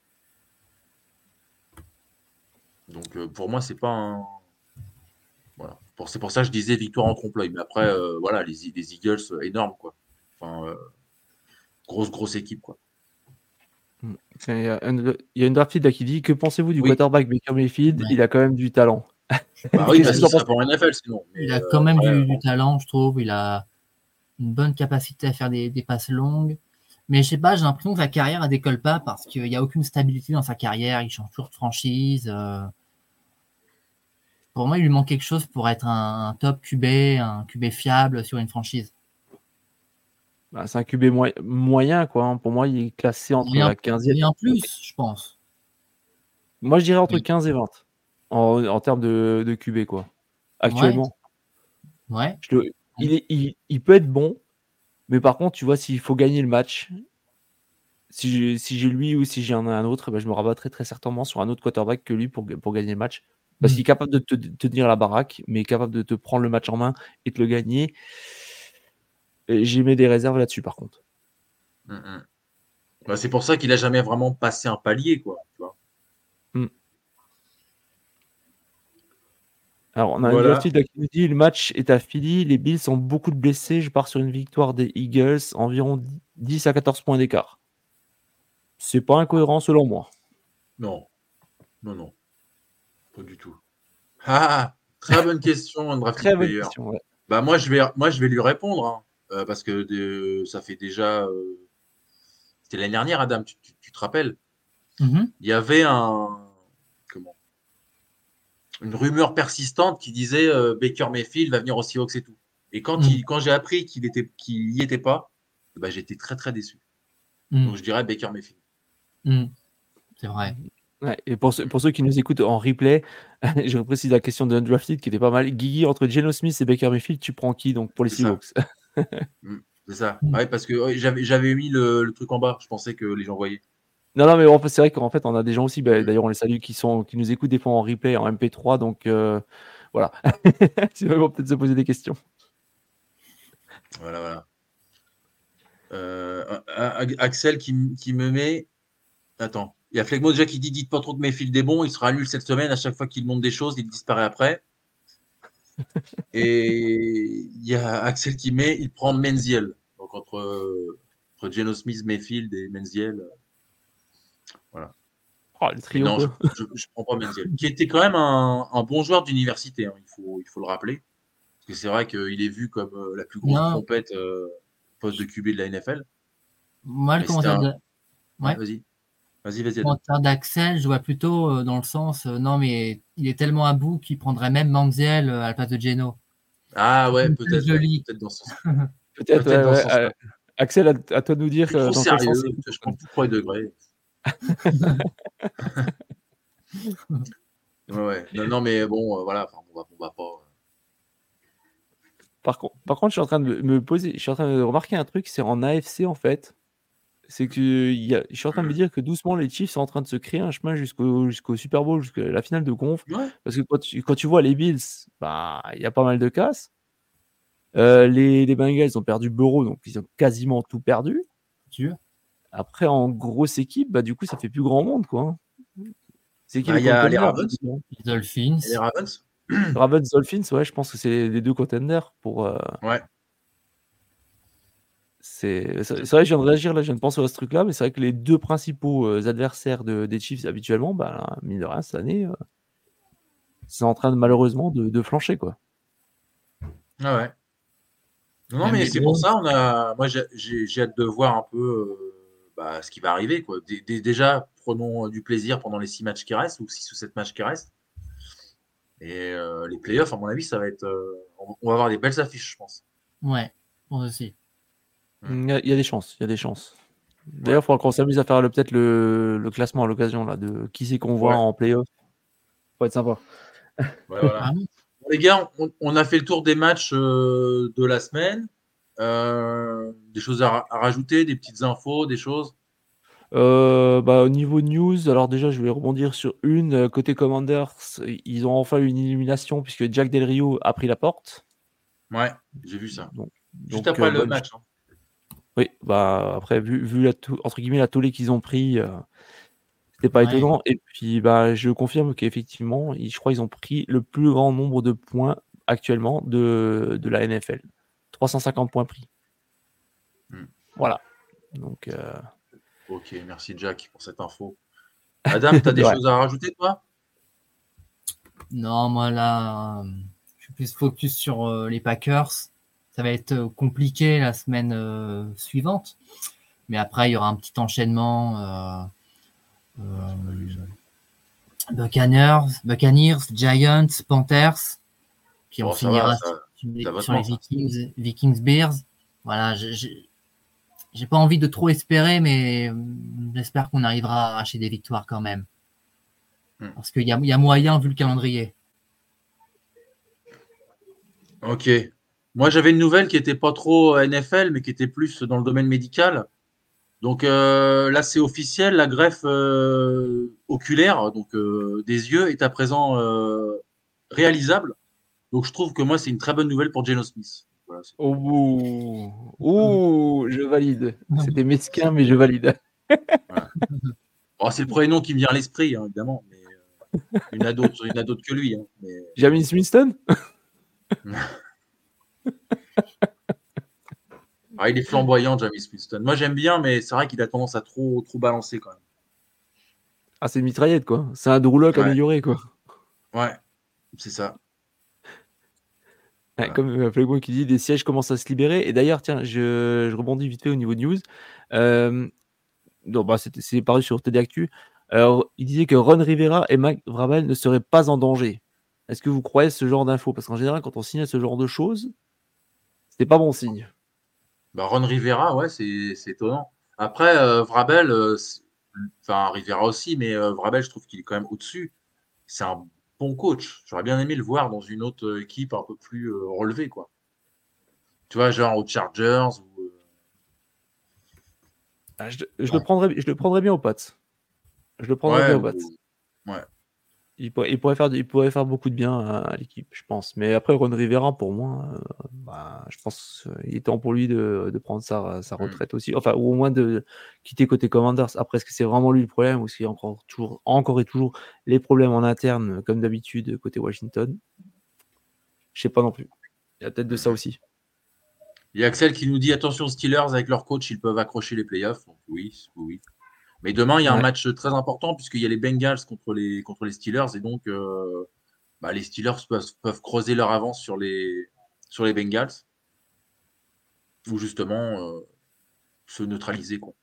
Speaker 3: Donc, euh, pour moi, c'est pas un. Voilà. Pour, c'est pour ça que je disais victoire en trompe-l'œil. Mais après, euh, voilà, les, les Eagles, euh, énormes, quoi. Enfin, euh, grosse, grosse équipe, quoi.
Speaker 1: Mm. Tiens, Il y a, un- il y a une draft là qui dit: que pensez-vous du
Speaker 3: Oui.
Speaker 1: quarterback Baker Mayfield?
Speaker 4: Ouais.
Speaker 1: Il a quand même du talent.
Speaker 3: Bah oui,
Speaker 1: Qu'est-ce
Speaker 3: bah,
Speaker 1: que
Speaker 3: ce
Speaker 1: tu en
Speaker 3: serait
Speaker 1: penses?
Speaker 3: pas en N F L sinon. Mais
Speaker 4: Il a
Speaker 3: euh,
Speaker 4: quand même
Speaker 3: après,
Speaker 4: du,
Speaker 3: euh,
Speaker 4: du talent, je trouve. Il a une bonne capacité à faire des, des passes longues. Mais je sais pas, j'ai l'impression que sa carrière ne décolle pas parce qu'il n'y a aucune stabilité dans sa carrière. Il change toujours de franchise. euh. Pour moi, il lui manque quelque chose pour être un, un top Q B, un Q B fiable sur une franchise.
Speaker 1: Bah, c'est un Q B moy- moyen, quoi, hein. Pour moi, il est classé entre
Speaker 4: Moyen,
Speaker 1: la quinzième.
Speaker 4: moyen plus, je pense.
Speaker 1: Moi, je dirais entre
Speaker 4: Oui.
Speaker 1: quinze et vingt en, en termes de, de Q B, quoi.
Speaker 4: Ouais,
Speaker 1: Actuellement.
Speaker 4: ouais.
Speaker 1: Je le- il, est- il, il peut être bon, mais par contre, tu vois, s'il faut gagner le match, si j'ai si j'ai lui ou si j'ai un, un autre, eh ben, je me rabattrai très certainement sur un autre quarterback que lui pour, pour gagner le match. Parce
Speaker 4: Mm.
Speaker 1: qu'il est capable de te, de te tenir la baraque, mais capable de te prendre le match en main et de le gagner. Et j'ai mis des réserves là-dessus, par contre.
Speaker 3: mm, mm. Bah, c'est pour ça qu'il a jamais vraiment passé un palier, quoi. Tu vois.
Speaker 1: Mm. Alors, on a un
Speaker 3: Voilà.
Speaker 1: Drafted qui nous dit: le match est à Philly, les Bills ont beaucoup de blessés, je pars sur une victoire des Eagles, environ dix à quatorze points d'écart. C'est pas incohérent selon moi.
Speaker 3: Non, non, non, pas du tout. Ah, très bonne question, un drafted
Speaker 1: Très bonne
Speaker 3: player.
Speaker 1: question. Ouais.
Speaker 3: Bah moi je vais, moi je vais lui répondre hein, euh, parce que de- ça fait déjà, euh, c'était l'année dernière, Adam, tu, tu- tu te rappelles?
Speaker 4: Mhm.
Speaker 3: Il y avait un, comment, une rumeur persistante qui disait euh, Baker Mayfield va venir aux Seahawks et tout. Et quand
Speaker 4: Mm.
Speaker 3: il, quand j'ai appris qu'il était, qu'il y était pas, bah j'étais très très déçu.
Speaker 4: Mm.
Speaker 3: Donc je dirais Baker Mayfield.
Speaker 4: Mm. C'est vrai.
Speaker 1: Ouais, et pour ceux, pour ceux qui nous écoutent en replay, je précise la question de Undrafted qui était pas mal. Guigui, entre Geno Smith et Baker Mayfield, tu prends qui donc pour les
Speaker 3: C'est ça.
Speaker 1: Seahawks?
Speaker 3: Mm, c'est ça.
Speaker 4: Mm.
Speaker 3: Ouais, parce que ouais, j'avais, j'avais mis le, le truc en bas. Je pensais que les gens voyaient.
Speaker 1: Non, non, mais en fait, c'est vrai qu'en fait, on a des gens aussi, bah,
Speaker 3: Mm.
Speaker 1: d'ailleurs, on les salue, qui, sont, qui nous écoutent des fois en replay, en M P trois, donc euh, voilà. C'est vraiment peut-être se poser des questions.
Speaker 3: Voilà, voilà. Euh, A- A- Axel qui, m- qui me met. Attends. Il y a Flegmo déjà qui dit dites pas trop que Mayfield est bon. Il sera nul cette semaine. À chaque fois qu'il monte des choses, il disparaît après. Et il y a Axel qui met il prend Menziel. Donc entre, entre Geno Smith, Mayfield et Menziel. euh, Voilà.
Speaker 1: Oh, le
Speaker 3: Et
Speaker 1: trio,
Speaker 3: non, je
Speaker 1: quoi.
Speaker 3: ne prends pas Menziel. Qui était quand même un, un bon joueur d'université. Hein, il, faut, il faut le rappeler. Parce que c'est vrai qu'il est vu comme euh, la plus grosse
Speaker 4: Non,
Speaker 3: trompette euh, poste de Q B de la N F L.
Speaker 4: moi, le
Speaker 3: Mais c'était
Speaker 4: commentaire
Speaker 3: un.
Speaker 4: de,
Speaker 3: Ouais,
Speaker 4: ouais,
Speaker 3: vas-y. Vas-y, vas-y,
Speaker 4: le
Speaker 3: Adam.
Speaker 4: commentaire d'Axel, je vois plutôt euh, dans le sens, euh, non, mais il est tellement à bout qu'il prendrait même Manziel euh, à la place de Geno.
Speaker 3: Ah ouais,
Speaker 4: C'est plus
Speaker 3: peut-être, ouais.
Speaker 4: joli.
Speaker 3: Peut-être dans ce sens.
Speaker 1: Peut-être,
Speaker 3: Peut-être
Speaker 1: ouais,
Speaker 3: dans ce
Speaker 1: ouais. euh,
Speaker 3: sens-là.
Speaker 1: Axel, à, à toi de nous dire
Speaker 3: Je suis
Speaker 1: euh,
Speaker 3: trop
Speaker 1: dans quel sens
Speaker 3: sérieux.
Speaker 1: il
Speaker 3: Je prends
Speaker 1: fonctionne.
Speaker 3: tout premier degré. Ouais, ouais. Non, non, mais bon, euh, voilà. Enfin, on va, on va pas. euh,
Speaker 1: Par contre, par contre, je suis en train de me- me poser, je suis en train de remarquer un truc, c'est en A F C, en fait. C'est que il y a- je suis en train de me dire que doucement, les Chiefs sont en train de se créer un chemin jusqu'au jusqu'au Super Bowl, jusqu'à la finale de conf.
Speaker 3: Ouais.
Speaker 1: Parce que quand tu, quand tu vois les Bills, bah, il y a pas mal de casse. Euh, les, les Bengals ont perdu Burrow, donc ils ont quasiment tout perdu.
Speaker 4: Sûr.
Speaker 1: Après, en grosse équipe, bah, du coup, ça fait plus grand monde, quoi. hein. C'est qui
Speaker 3: Bah,
Speaker 1: les
Speaker 3: il y a les
Speaker 1: contenders?
Speaker 3: Ravens.
Speaker 4: Les Dolphins.
Speaker 3: Et les Ravens.
Speaker 1: Ravens, Dolphins, ouais, je pense que c'est les deux contenders pour. euh,
Speaker 3: Ouais.
Speaker 1: c'est c'est c'est vrai, je viens de réagir là, je viens de penser à ce truc-là, mais c'est vrai que les deux principaux euh, adversaires de, des Chiefs habituellement, bah, mine de rien, cette année, euh, c'est en train de malheureusement de, de flancher, quoi.
Speaker 3: Ah ouais. Non, non,
Speaker 4: Même
Speaker 3: mais
Speaker 4: les
Speaker 3: c'est pour
Speaker 4: Browns.
Speaker 3: ça, on a. Moi, j'ai j'ai- j'ai hâte de voir un peu euh, bah, ce qui va arriver, quoi. Dé- dé- déjà, prenons euh, du plaisir pendant les six matchs qui restent, ou six ou sept matchs qui restent. Et euh, les playoffs, à mon avis, ça va être. euh, on on va avoir des belles affiches, je pense.
Speaker 4: Ouais, moi aussi.
Speaker 3: Mm.
Speaker 1: Il y, a, il y a des chances, il y a des chances.
Speaker 3: Ouais.
Speaker 1: D'ailleurs, il faudra qu'on s'amuse à faire le- peut-être le, le classement à l'occasion là, de qui c'est qu'on voit
Speaker 3: Ouais.
Speaker 1: en playoff. Ça va être sympa.
Speaker 3: Ouais, voilà.
Speaker 4: Ah,
Speaker 3: Bon, les gars, on, on a fait le tour des matchs euh, de la semaine. Euh, des choses à, ra- à rajouter, des petites infos, des choses.
Speaker 1: Euh, bah, au niveau news, alors déjà, je vais rebondir sur une. Euh, Côté Commanders, ils ont enfin eu une illumination puisque Jack Del Rio a pris la porte.
Speaker 3: Ouais, j'ai vu ça.
Speaker 1: Donc,
Speaker 3: Juste
Speaker 1: donc
Speaker 3: après
Speaker 1: euh,
Speaker 3: le
Speaker 1: bonne.
Speaker 3: match. Hein.
Speaker 1: Oui, bah après, vu, vu la tou- entre guillemets la tollée qu'ils ont pris, euh, c'était pas
Speaker 4: ouais.
Speaker 1: étonnant. Et puis, bah, je confirme qu'effectivement, ils- je crois qu'ils ont pris le plus grand nombre de points actuellement de, de la N F L. trois cent cinquante points pris.
Speaker 3: Hmm.
Speaker 1: Voilà. Donc, euh,
Speaker 3: Ok, merci Jack pour cette info. Adam, tu as des
Speaker 1: ouais.
Speaker 3: choses à rajouter, toi?
Speaker 4: Non, moi là, euh, je suis plus focus sur euh, les Packers. Ça va être euh, compliqué la semaine euh, suivante. Mais après, il y aura un petit enchaînement. Euh, euh, Buccaneers, Buccaneers, Giants, Panthers. Puis on
Speaker 3: Bon, ça va,
Speaker 4: finira
Speaker 3: ça,
Speaker 4: sur les,
Speaker 3: ça va
Speaker 4: sur les
Speaker 3: te ça.
Speaker 4: Vikings, Vikings Bears. Voilà, je- je- j'ai pas envie de trop espérer, mais euh, j'espère qu'on arrivera à arracher des victoires quand même.
Speaker 3: Hmm.
Speaker 4: Parce qu'il y a, il y a moyen vu le calendrier.
Speaker 3: Ok. Moi, j'avais une nouvelle qui était pas trop N F L, mais qui était plus dans le domaine médical. Donc euh, là, c'est officiel, la greffe euh, oculaire, donc euh, des yeux, est à présent euh, réalisable. Donc je trouve que moi, c'est une très bonne nouvelle pour Geno Smith. Voilà, c'est-
Speaker 1: Ouh, ouh, je valide. C'était mesquin, mais je valide.
Speaker 3: voilà. Bon, c'est le premier nom qui me vient à l'esprit, hein, évidemment, mais euh, il y en a d'autres, il y en a d'autres que lui. Hein, mais...
Speaker 1: James Winston?
Speaker 3: Ah, il est flamboyant, James Winston. Moi, j'aime bien, mais c'est vrai qu'il a tendance à trop, trop balancer quand
Speaker 1: Ah, c'est une mitraillette, quoi. C'est un Drew Lock
Speaker 3: même. Ouais,
Speaker 1: amélioré, quoi.
Speaker 3: ouais, c'est ça.
Speaker 1: Ouais,
Speaker 3: Voilà.
Speaker 1: comme euh, Flegmo qui dit, des sièges commencent à se libérer. Et d'ailleurs, tiens, je, je rebondis vite fait au niveau news. Euh, non, bah, c'était- c'est paru sur T D Actu. Alors, il disait que Ron Rivera et Mike Vrabel ne seraient pas en danger. Est-ce que vous croyez ce genre d'infos? Parce qu'en général, quand on signe ce genre de choses, c'est pas bon signe.
Speaker 3: Bah, Ron Rivera, ouais, c'est c'est étonnant. Après, euh, Vrabel, euh, c'est- enfin Rivera aussi, mais euh, Vrabel, je trouve qu'il est quand même au-dessus. C'est un bon coach. J'aurais bien aimé le voir dans une autre euh, équipe un peu plus euh, relevée, quoi. Tu vois, genre aux Chargers ou. euh,
Speaker 1: Ah, je, je le
Speaker 3: Ouais,
Speaker 1: prendrais, je le prendrais bien aux Pats. Je le prendrais
Speaker 3: ouais,
Speaker 1: bien aux Pats.
Speaker 3: ou- ouais.
Speaker 1: Il, pourrait- il pourrait faire, il pourrait faire beaucoup de bien à, à l'équipe, je pense. Mais après, Ron Rivera, pour moi, euh, bah, je pense qu'il est temps pour lui de, de prendre sa, sa
Speaker 3: Mm.
Speaker 1: retraite aussi. Enfin, ou au moins de quitter côté Commanders. Après, est-ce que c'est vraiment lui le problème ou est-ce qu'il y a encore, toujours, encore et toujours les problèmes en interne, comme d'habitude, côté Washington? Je sais pas non plus. Il y a peut-être de ça
Speaker 3: Mhm.
Speaker 1: aussi.
Speaker 3: Il y a Axel qui nous dit attention Steelers avec leur coach, ils peuvent accrocher les playoffs. Donc, oui, oui. Mais demain, il y a un
Speaker 1: Ouais.
Speaker 3: match très important puisqu'il y a les Bengals contre les, contre les Steelers et donc euh, bah, les Steelers peuvent, peuvent creuser leur avance sur les, sur les Bengals ou justement euh, se neutraliser, quoi.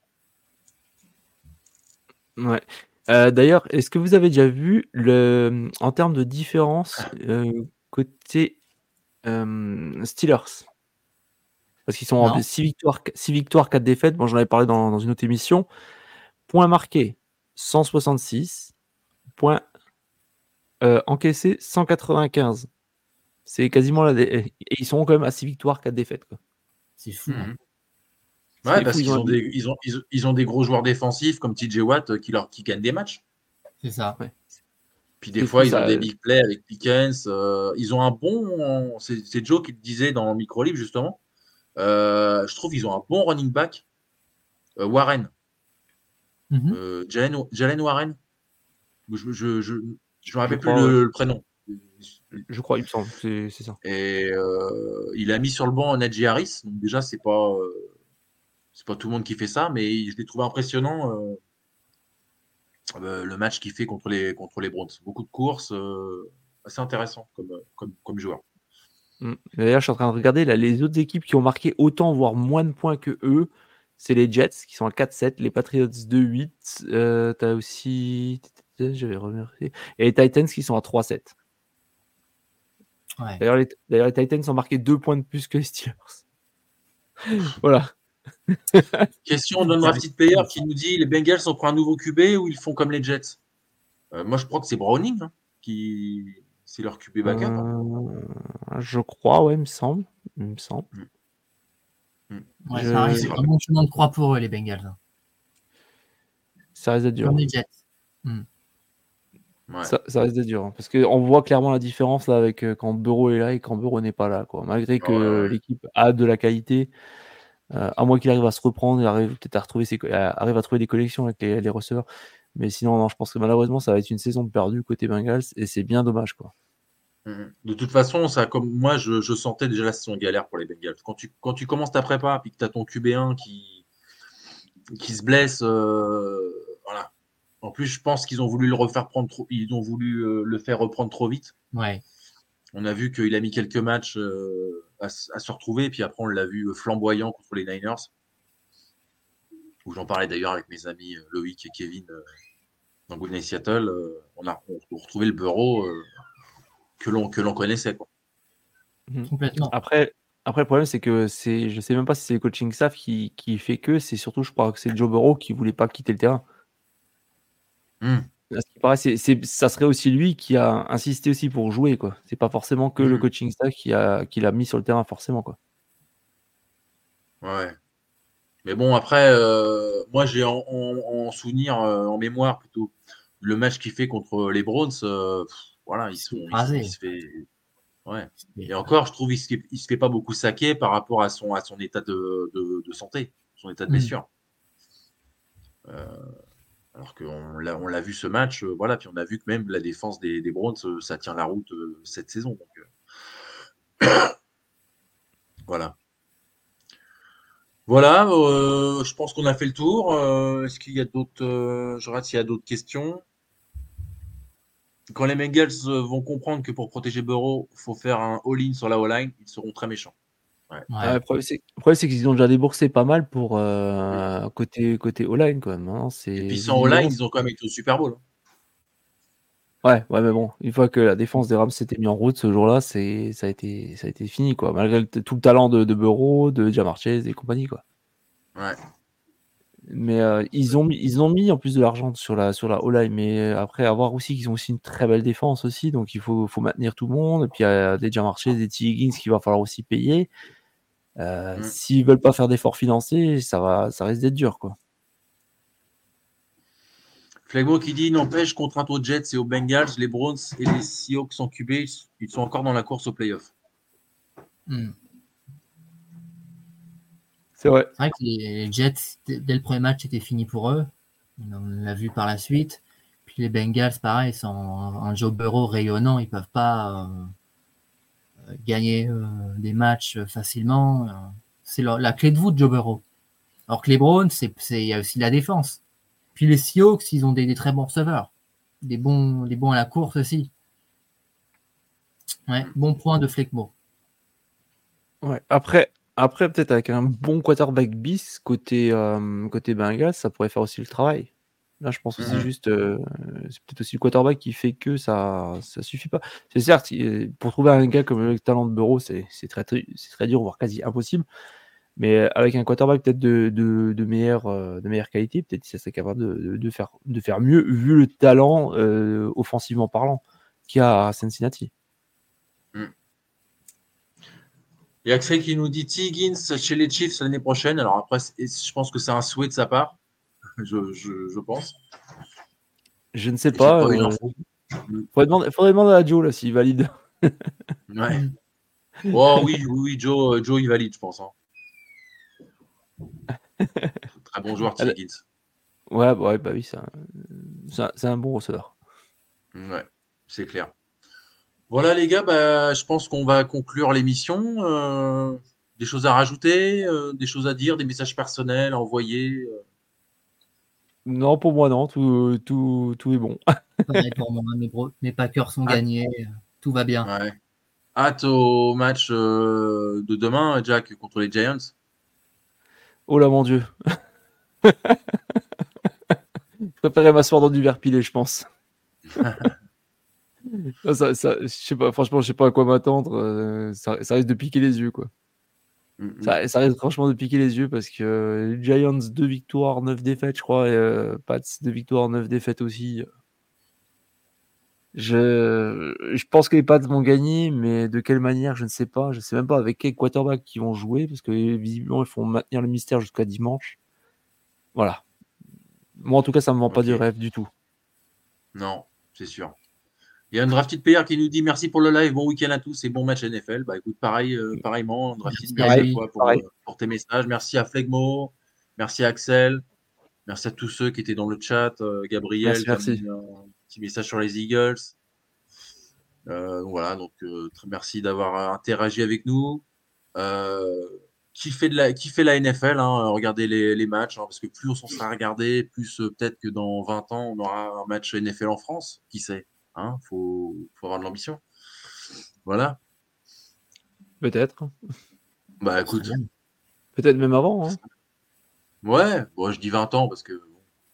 Speaker 1: Ouais. Euh, d'ailleurs, est-ce que vous avez déjà vu le, en termes de différence euh, côté euh, Steelers? Parce qu'ils sont en
Speaker 4: Non.
Speaker 1: six victoires, six victoires, quatre défaites. Bon, j'en avais parlé dans, dans une autre émission. Points marqués, cent soixante-six. Points euh, encaissés, cent quatre-vingt-quinze. C'est quasiment la. dé- Et ils sont quand même à six victoires, quatre défaites, quoi.
Speaker 4: C'est fou. Hein.
Speaker 3: Mhm. Ouais,
Speaker 1: C'est fou.
Speaker 3: parce
Speaker 1: Ils ont.
Speaker 3: qu'ils ont des, ils ont, ils, ont- ils ont des gros joueurs défensifs comme T J Watt euh, qui, leur, qui gagnent des matchs.
Speaker 4: C'est ça.
Speaker 1: Ouais.
Speaker 3: Puis des
Speaker 1: C'est fou,
Speaker 3: fois, ils ont
Speaker 1: ça.
Speaker 3: des big plays avec Pickens. euh, ils ont un bon. C'est c'est Joe qui le disait dans le micro libre, justement. Euh, je trouve qu'ils ont un bon running back. Euh, Warren.
Speaker 4: Mhm.
Speaker 3: Euh, Jalen, Jalen Warren. Je je, je, je me
Speaker 1: Je
Speaker 3: rappelle plus
Speaker 1: crois, ouais.
Speaker 3: le, le prénom.
Speaker 1: Je crois, il me semble. C'est c'est ça.
Speaker 3: Et euh, il a mis sur le banc Najee Harris. Donc déjà, c'est pas, euh, c'est pas tout le monde qui fait ça, mais je l'ai trouvé impressionnant. euh, euh, le match qu'il fait contre les, contre les Browns. Beaucoup de courses. euh, assez intéressant comme, comme, comme joueur.
Speaker 1: Mm. D'ailleurs, je suis en train de regarder là, les autres équipes qui ont marqué autant, voire moins de points que eux. C'est les Jets qui sont à quatre sept, les Patriots deux huit. Euh, t'as aussi. J'avais remercié. Et les Titans qui sont à trois sept.
Speaker 4: Ouais.
Speaker 1: D'ailleurs les, d'ailleurs, les Titans ont marqué deux points de plus que les Steelers. Voilà.
Speaker 3: Question d'un drafted player qui nous dit les Bengals ont pris un nouveau Q B ou ils font comme les Jets. Euh, moi, je crois que c'est Browning hein, qui c'est leur Q B backup. Hein.
Speaker 1: Euh, je crois, ouais, il me semble. Il me semble.
Speaker 3: Mm.
Speaker 4: Ouais,
Speaker 1: Je-
Speaker 4: pareil,
Speaker 3: Je
Speaker 4: c'est
Speaker 3: sais pas.
Speaker 4: vraiment chemin de croix pour eux, les Bengals. hein.
Speaker 1: Ça risque d'être dur.
Speaker 4: Comme les Jets.
Speaker 3: Ouais.
Speaker 1: Ça, ça risque d'être dur. hein, Parce qu'on voit clairement la différence là avec euh, quand Burrow est là et quand Burrow n'est pas là. Quoi. Malgré que
Speaker 3: Ouais, ouais, ouais.
Speaker 1: l'équipe a de la qualité, euh, à moins qu'il arrive à se reprendre, il arrive peut-être à retrouver ses, co- à- arrive à trouver des connexions avec les, les receveurs. Mais sinon, non, je pense que malheureusement, ça va être une saison de perdu côté Bengals et c'est bien dommage. Quoi.
Speaker 3: Mm. De toute façon, ça, comme moi, je, je sentais déjà la saison galère pour les Bengals. Quand tu, quand tu commences ta prépa et que tu as ton Q B un qui, qui se blesse, euh, voilà. En plus, je pense qu'ils ont voulu le refaire prendre trop, ils ont voulu euh, le faire reprendre trop vite.
Speaker 4: Ouais.
Speaker 3: On a vu qu'il a mis quelques matchs euh, à, s- à se retrouver, et puis après, on l'a vu flamboyant contre les Niners, où j'en parlais d'ailleurs avec mes amis euh, Loïc et Kevin euh, dans Good Night Seattle. euh, on a on, retrouvé le bureau euh, que l'on que l'on connaissait, quoi.
Speaker 1: Mhm.
Speaker 4: Complètement.
Speaker 1: Après, après, le problème, c'est que c'est, je sais même pas si c'est le coaching staff qui, qui fait que, c'est surtout, je crois que c'est Joe Burrow qui voulait pas quitter le terrain.
Speaker 3: Mm.
Speaker 1: À ce qui paraît, c'est, c'est- ça serait aussi lui qui a insisté aussi pour jouer, quoi. C'est pas forcément que le
Speaker 3: Mm.
Speaker 1: coaching staff qui a, qui l'a mis sur le terrain, forcément, quoi.
Speaker 3: Ouais. Mais bon, après, euh, moi, j'ai en, en- en souvenir, euh, en mémoire plutôt, le match qu'il fait contre les Browns. euh, pff, voilà, ils
Speaker 4: Il se
Speaker 3: sont,
Speaker 4: fait
Speaker 3: ils sont, il
Speaker 4: écraser.
Speaker 3: se fait, ouais.
Speaker 4: Et,
Speaker 3: Et encore, je trouve il se, fait- il se fait pas beaucoup saquer par rapport à son, à son état de, de, de santé, son état de
Speaker 4: Mm.
Speaker 3: blessure. Euh, alors qu'on l'a, on l'a vu ce match, euh, voilà, puis on a vu que même la défense des, des Browns, euh, ça tient la route euh, cette saison. Donc, euh, voilà. Voilà, euh, je pense qu'on a fait le tour. Euh, est-ce qu'il y a d'autres, euh, je regarde s'il y a d'autres questions. Quand les Bengals euh, vont comprendre que pour protéger Burrow, il faut faire un all-in sur la O-line, ils seront très méchants. Ouais.
Speaker 1: Ah,
Speaker 4: ouais.
Speaker 1: le problème, c'est, le problème, c'est qu'ils ont déjà déboursé pas mal pour euh, côté, côté O-line, quand même. hein. C'est,
Speaker 3: Et puis
Speaker 1: vu
Speaker 3: sans
Speaker 1: le
Speaker 3: O-line,
Speaker 1: niveau,
Speaker 3: ils ont quand même été au Super Bowl.
Speaker 1: ouais, ouais, mais bon, une fois que la défense des Rams s'était mis en route ce jour-là, c'est, ça a été, ça a été fini, quoi. Malgré le- tout le talent de, de Burrow, de Ja'Marr Chase et compagnie, quoi.
Speaker 3: Ouais.
Speaker 1: Mais euh, ils, ont mis, ils ont mis en plus de l'argent sur la, sur la O-line. Mais après, à voir aussi qu'ils ont aussi une très belle défense aussi. Donc il faut, faut maintenir tout le monde. Et puis il y a des Jamar Chase, des T. Higgins qu'il va falloir aussi payer. Euh,
Speaker 3: Mm.
Speaker 1: S'ils veulent pas faire d'efforts financiers, ça, va, ça risque d'être dur, quoi.
Speaker 3: Flegmo qui dit n'empêche, contrainte aux Jets et aux Bengals, les Browns et les Seahawks sont Q B, ils sont encore dans la course aux playoffs.
Speaker 4: Hmm.
Speaker 1: C'est vrai.
Speaker 4: C'est vrai que les Jets, dès dès le premier match, c'était fini pour eux. On l'a vu par la suite. Puis les Bengals, pareil, sont un Joe Burrow rayonnant. Ils peuvent pas euh, gagner euh, des matchs facilement. C'est la, la clé de voûte, Joe Burrow. Alors que les Browns, c'est, c'est, il y a aussi la défense. Puis les Seahawks, ils ont des, des très bons receveurs. Des bons, des bons à la course aussi. Ouais, bon point de Flegmo.
Speaker 1: Ouais. Après, après peut-être avec un bon quarterback bis côté, euh, côté Bengals, ça pourrait faire aussi le travail. Là, je pense que c'est
Speaker 3: Mhm.
Speaker 1: juste, euh, c'est peut-être aussi le quarterback qui fait que ça, ça suffit pas. C'est certes, il- pour trouver un gars comme le talent de Burrow, c'est, c'est très, très, c'est très dur, voire quasi impossible. Mais avec un quarterback peut-être de, de, de meilleure, euh, de meilleure qualité, peut-être qu'il serait capable de, de, de faire, de faire mieux vu le talent euh, offensivement parlant qu'il y a à Cincinnati.
Speaker 3: Il y a Axel qui nous dit T. Higgins chez les Chiefs l'année prochaine. Alors après, c'est- je pense que c'est un souhait de sa part, je, je, je pense.
Speaker 1: Je ne sais
Speaker 3: Et j'ai
Speaker 1: pas.
Speaker 3: pas une
Speaker 1: Euh,
Speaker 3: info.
Speaker 1: faudrait, demander, faudrait demander à Joe là s'il valide.
Speaker 3: Ouais. Oh oui, oui, oui, Joe, euh, Joe, il valide, je pense. Hein. Très bon joueur, T.
Speaker 1: Elle-
Speaker 3: Higgins.
Speaker 1: Ouais, bah, ouais, bah oui, c'est un, c'est un, c'est un bon receveur.
Speaker 3: Ouais, c'est clair. Voilà les gars, bah, je pense qu'on va conclure l'émission. Euh, des choses à rajouter, euh, des choses à dire, des messages personnels à envoyer. euh.
Speaker 1: Non, pour moi, non, tout, tout, tout est bon.
Speaker 4: Pareil pour moi, mes, bro- mes Packers sont
Speaker 3: Hâte,
Speaker 4: gagnés. Tout va bien.
Speaker 3: ouais. Hâte au match euh, de demain, Jack, contre les Giants.
Speaker 1: Oh là, mon Dieu. Je préférerais m'asseoir dans du verre pilé, je pense. Ça, ça, ça- je sais pas, franchement, je sais pas à quoi m'attendre. euh, ça, ça risque de piquer les yeux, quoi.
Speaker 3: Mm, mm.
Speaker 1: Ça, ça risque franchement de piquer les yeux parce que les Giants, deux victoires, neuf défaites, je crois. Et, euh, Pats, deux victoires, neuf défaites aussi. Je, je pense que les Pats vont gagner, mais de quelle manière, je ne sais pas. Je ne sais même pas avec quel quarterback ils vont jouer parce que visiblement, ils font maintenir le mystère jusqu'à dimanche. Voilà. Moi, en tout cas, ça me vend pas
Speaker 3: Ok,
Speaker 1: du rêve du tout.
Speaker 3: non, c'est sûr. Il y a un Drafted Player qui nous dit merci pour le live, bon week-end à tous et bon match N F L. Bah écoute, pareil, euh, pareillement, Drafted,
Speaker 4: Merci à
Speaker 3: merci à
Speaker 4: lui.
Speaker 3: toi pour,
Speaker 1: Pareil.
Speaker 3: euh, pour tes messages. Merci à Flegmo, merci à Axel, merci à tous ceux qui étaient dans le chat. Euh, Gabriel
Speaker 1: Merci,
Speaker 3: qui a
Speaker 1: merci.
Speaker 3: mis un petit message sur les Eagles. Euh, voilà, donc euh, très merci d'avoir euh, interagi avec nous. Euh, qui fait de la, qui fait la N F L, hein, regardez les, les matchs, hein, parce que plus on s'en sera regardé, plus euh, peut-être que dans vingt ans, on aura un match N F L en France. Qui sait? Hein, faut, faut avoir de l'ambition. Voilà.
Speaker 1: Peut-être.
Speaker 3: Bah
Speaker 4: Ce serait
Speaker 3: écoute,
Speaker 4: bien.
Speaker 1: Peut-être même avant. Hein.
Speaker 3: ouais, bon, je dis vingt ans parce que bon,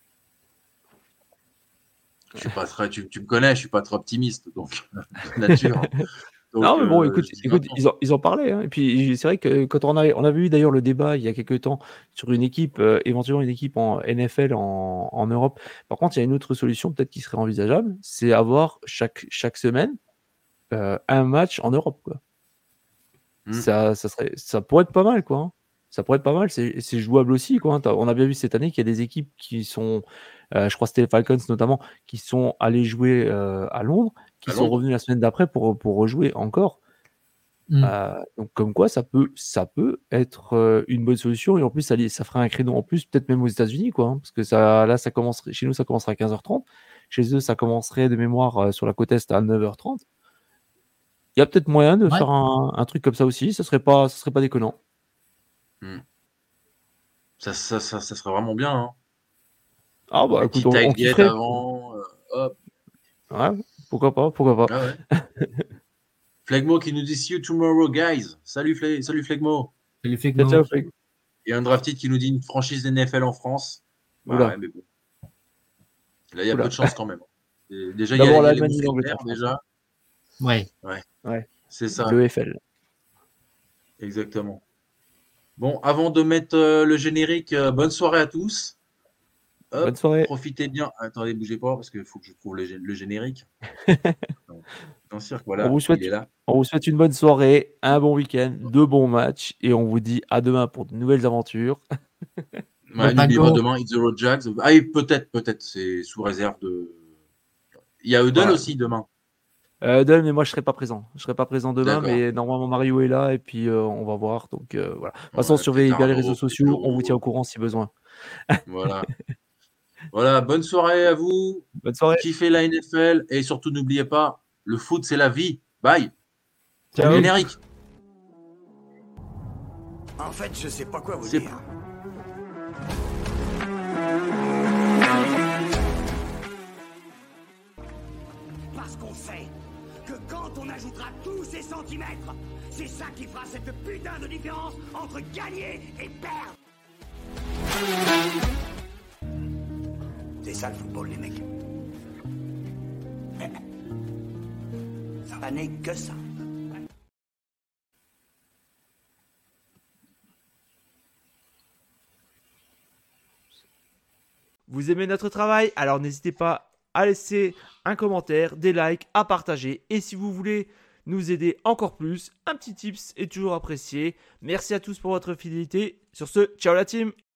Speaker 3: je suis pas très, tu, tu me connais, je suis pas très optimiste, donc de nature.
Speaker 1: Non,
Speaker 3: Donc
Speaker 1: mais bon,
Speaker 3: euh,
Speaker 1: écoute,
Speaker 3: je dis vingt
Speaker 1: écoute
Speaker 3: ans.
Speaker 1: ils, en, ils en parlaient. Hein. Et puis, c'est vrai que quand on, a, on avait eu d'ailleurs le débat il y a quelques temps sur une équipe, euh, éventuellement une équipe en N F L en, en Europe. Par contre, il y a une autre solution peut-être qui serait envisageable, c'est avoir chaque, chaque semaine euh, un match en Europe. Quoi.
Speaker 3: Hmm.
Speaker 1: Ça, ça, serait, ça pourrait être pas mal, quoi. Hein. Ça pourrait être pas mal, c'est c'est jouable aussi, quoi. Hein. T'as- On a bien vu cette année qu'il y a des équipes qui sont, euh, je crois que c'était les Falcons notamment, qui sont allés jouer euh, à Londres, qui
Speaker 3: À
Speaker 1: sont
Speaker 3: Londres.
Speaker 1: revenus la semaine d'après pour, pour rejouer encore.
Speaker 4: Mm.
Speaker 1: Euh, donc comme quoi, ça peut, ça peut être euh, une bonne solution. Et en plus, ça, li- ça fera un créneau en plus, peut-être même aux États-Unis, quoi. Hein, parce que ça, là, ça commencerait, chez nous, ça commencerait à quinze heures trente. Chez eux, ça commencerait de mémoire euh, sur la côte Est à neuf heures trente. Il y a peut-être moyen de
Speaker 4: Ouais.
Speaker 1: faire un, un truc comme ça aussi. Ce serait pas, ce serait pas déconnant.
Speaker 3: Hmm. Ça, ça, ça, ça serait vraiment bien. Hein.
Speaker 1: Ah bah
Speaker 3: Un
Speaker 1: écoute,
Speaker 3: petit
Speaker 1: on, on
Speaker 3: tailgate
Speaker 1: kifferait.
Speaker 3: avant. euh, hop.
Speaker 1: Ouais, pourquoi pas, pourquoi pas.
Speaker 3: Ah ouais. Flegmo qui nous dit see you tomorrow, guys. Salut, Fle salut Flegmo.
Speaker 4: Salut
Speaker 1: Ciao,
Speaker 4: Flegmo.
Speaker 1: ciao, Fleg.
Speaker 3: Et un drafted qui nous dit une franchise N F L en France. Bah ouais,
Speaker 1: Oula,
Speaker 3: mais bon. Là, il y a peu
Speaker 1: oula.
Speaker 3: de chance quand même. Et déjà, il y a,
Speaker 1: D'abord
Speaker 3: il y a les
Speaker 1: l'Allemagne et
Speaker 3: mousquetaires,
Speaker 1: l'Angleterre, je pense.
Speaker 3: déjà.
Speaker 4: Ouais.
Speaker 3: Ouais,
Speaker 1: Ouais,
Speaker 3: c'est ça,
Speaker 1: le F L.
Speaker 3: exactement. Bon, avant de mettre euh, le générique, euh, bonne soirée à tous. Hop,
Speaker 1: Bonne soirée.
Speaker 3: profitez bien. Attendez, bougez pas parce qu'il faut que je trouve le, gé- le générique. Dans cirque,
Speaker 1: On
Speaker 3: voilà,
Speaker 1: vous souhaite,
Speaker 3: il est là.
Speaker 1: on vous souhaite une bonne soirée, un bon week-end, de bons matchs et on vous dit à demain pour de nouvelles aventures.
Speaker 3: Ouais,
Speaker 4: Go
Speaker 3: n'oubliez
Speaker 4: Pago.
Speaker 3: pas demain, It's the Road Jags. Ah, et peut-être, peut-être, c'est sous réserve de. Il y a Eudel
Speaker 1: Voilà.
Speaker 3: aussi demain.
Speaker 1: Euh, Dol, mais moi je serai pas présent. Je serai pas présent demain,
Speaker 3: D'accord.
Speaker 1: mais normalement Mario est là et puis euh, on va voir. Donc euh, voilà. De toute façon,
Speaker 3: Ouais,
Speaker 1: surveillez bien les
Speaker 3: Pétardo,
Speaker 1: réseaux sociaux. On vous tient
Speaker 3: Pétero.
Speaker 1: au courant si besoin.
Speaker 3: Voilà. Voilà, bonne soirée à vous.
Speaker 1: Bonne soirée.
Speaker 3: Kiffez la N F L et surtout n'oubliez pas, le foot c'est la vie. Bye.
Speaker 1: Ciao.
Speaker 3: Générique.
Speaker 2: En fait, je sais pas quoi vous
Speaker 3: C'est-
Speaker 2: dire. Parce qu'on sait que quand on ajoutera tous ces centimètres, c'est ça qui fera cette putain de différence entre gagner et perdre. C'est ça le football, les mecs. Mais ça n'est que ça.
Speaker 1: Vous aimez notre travail? Alors n'hésitez pas à laisser un commentaire, des likes, à partager. Et si vous voulez nous aider encore plus, un petit tips est toujours apprécié. Merci à tous pour votre fidélité. Sur ce, ciao la team!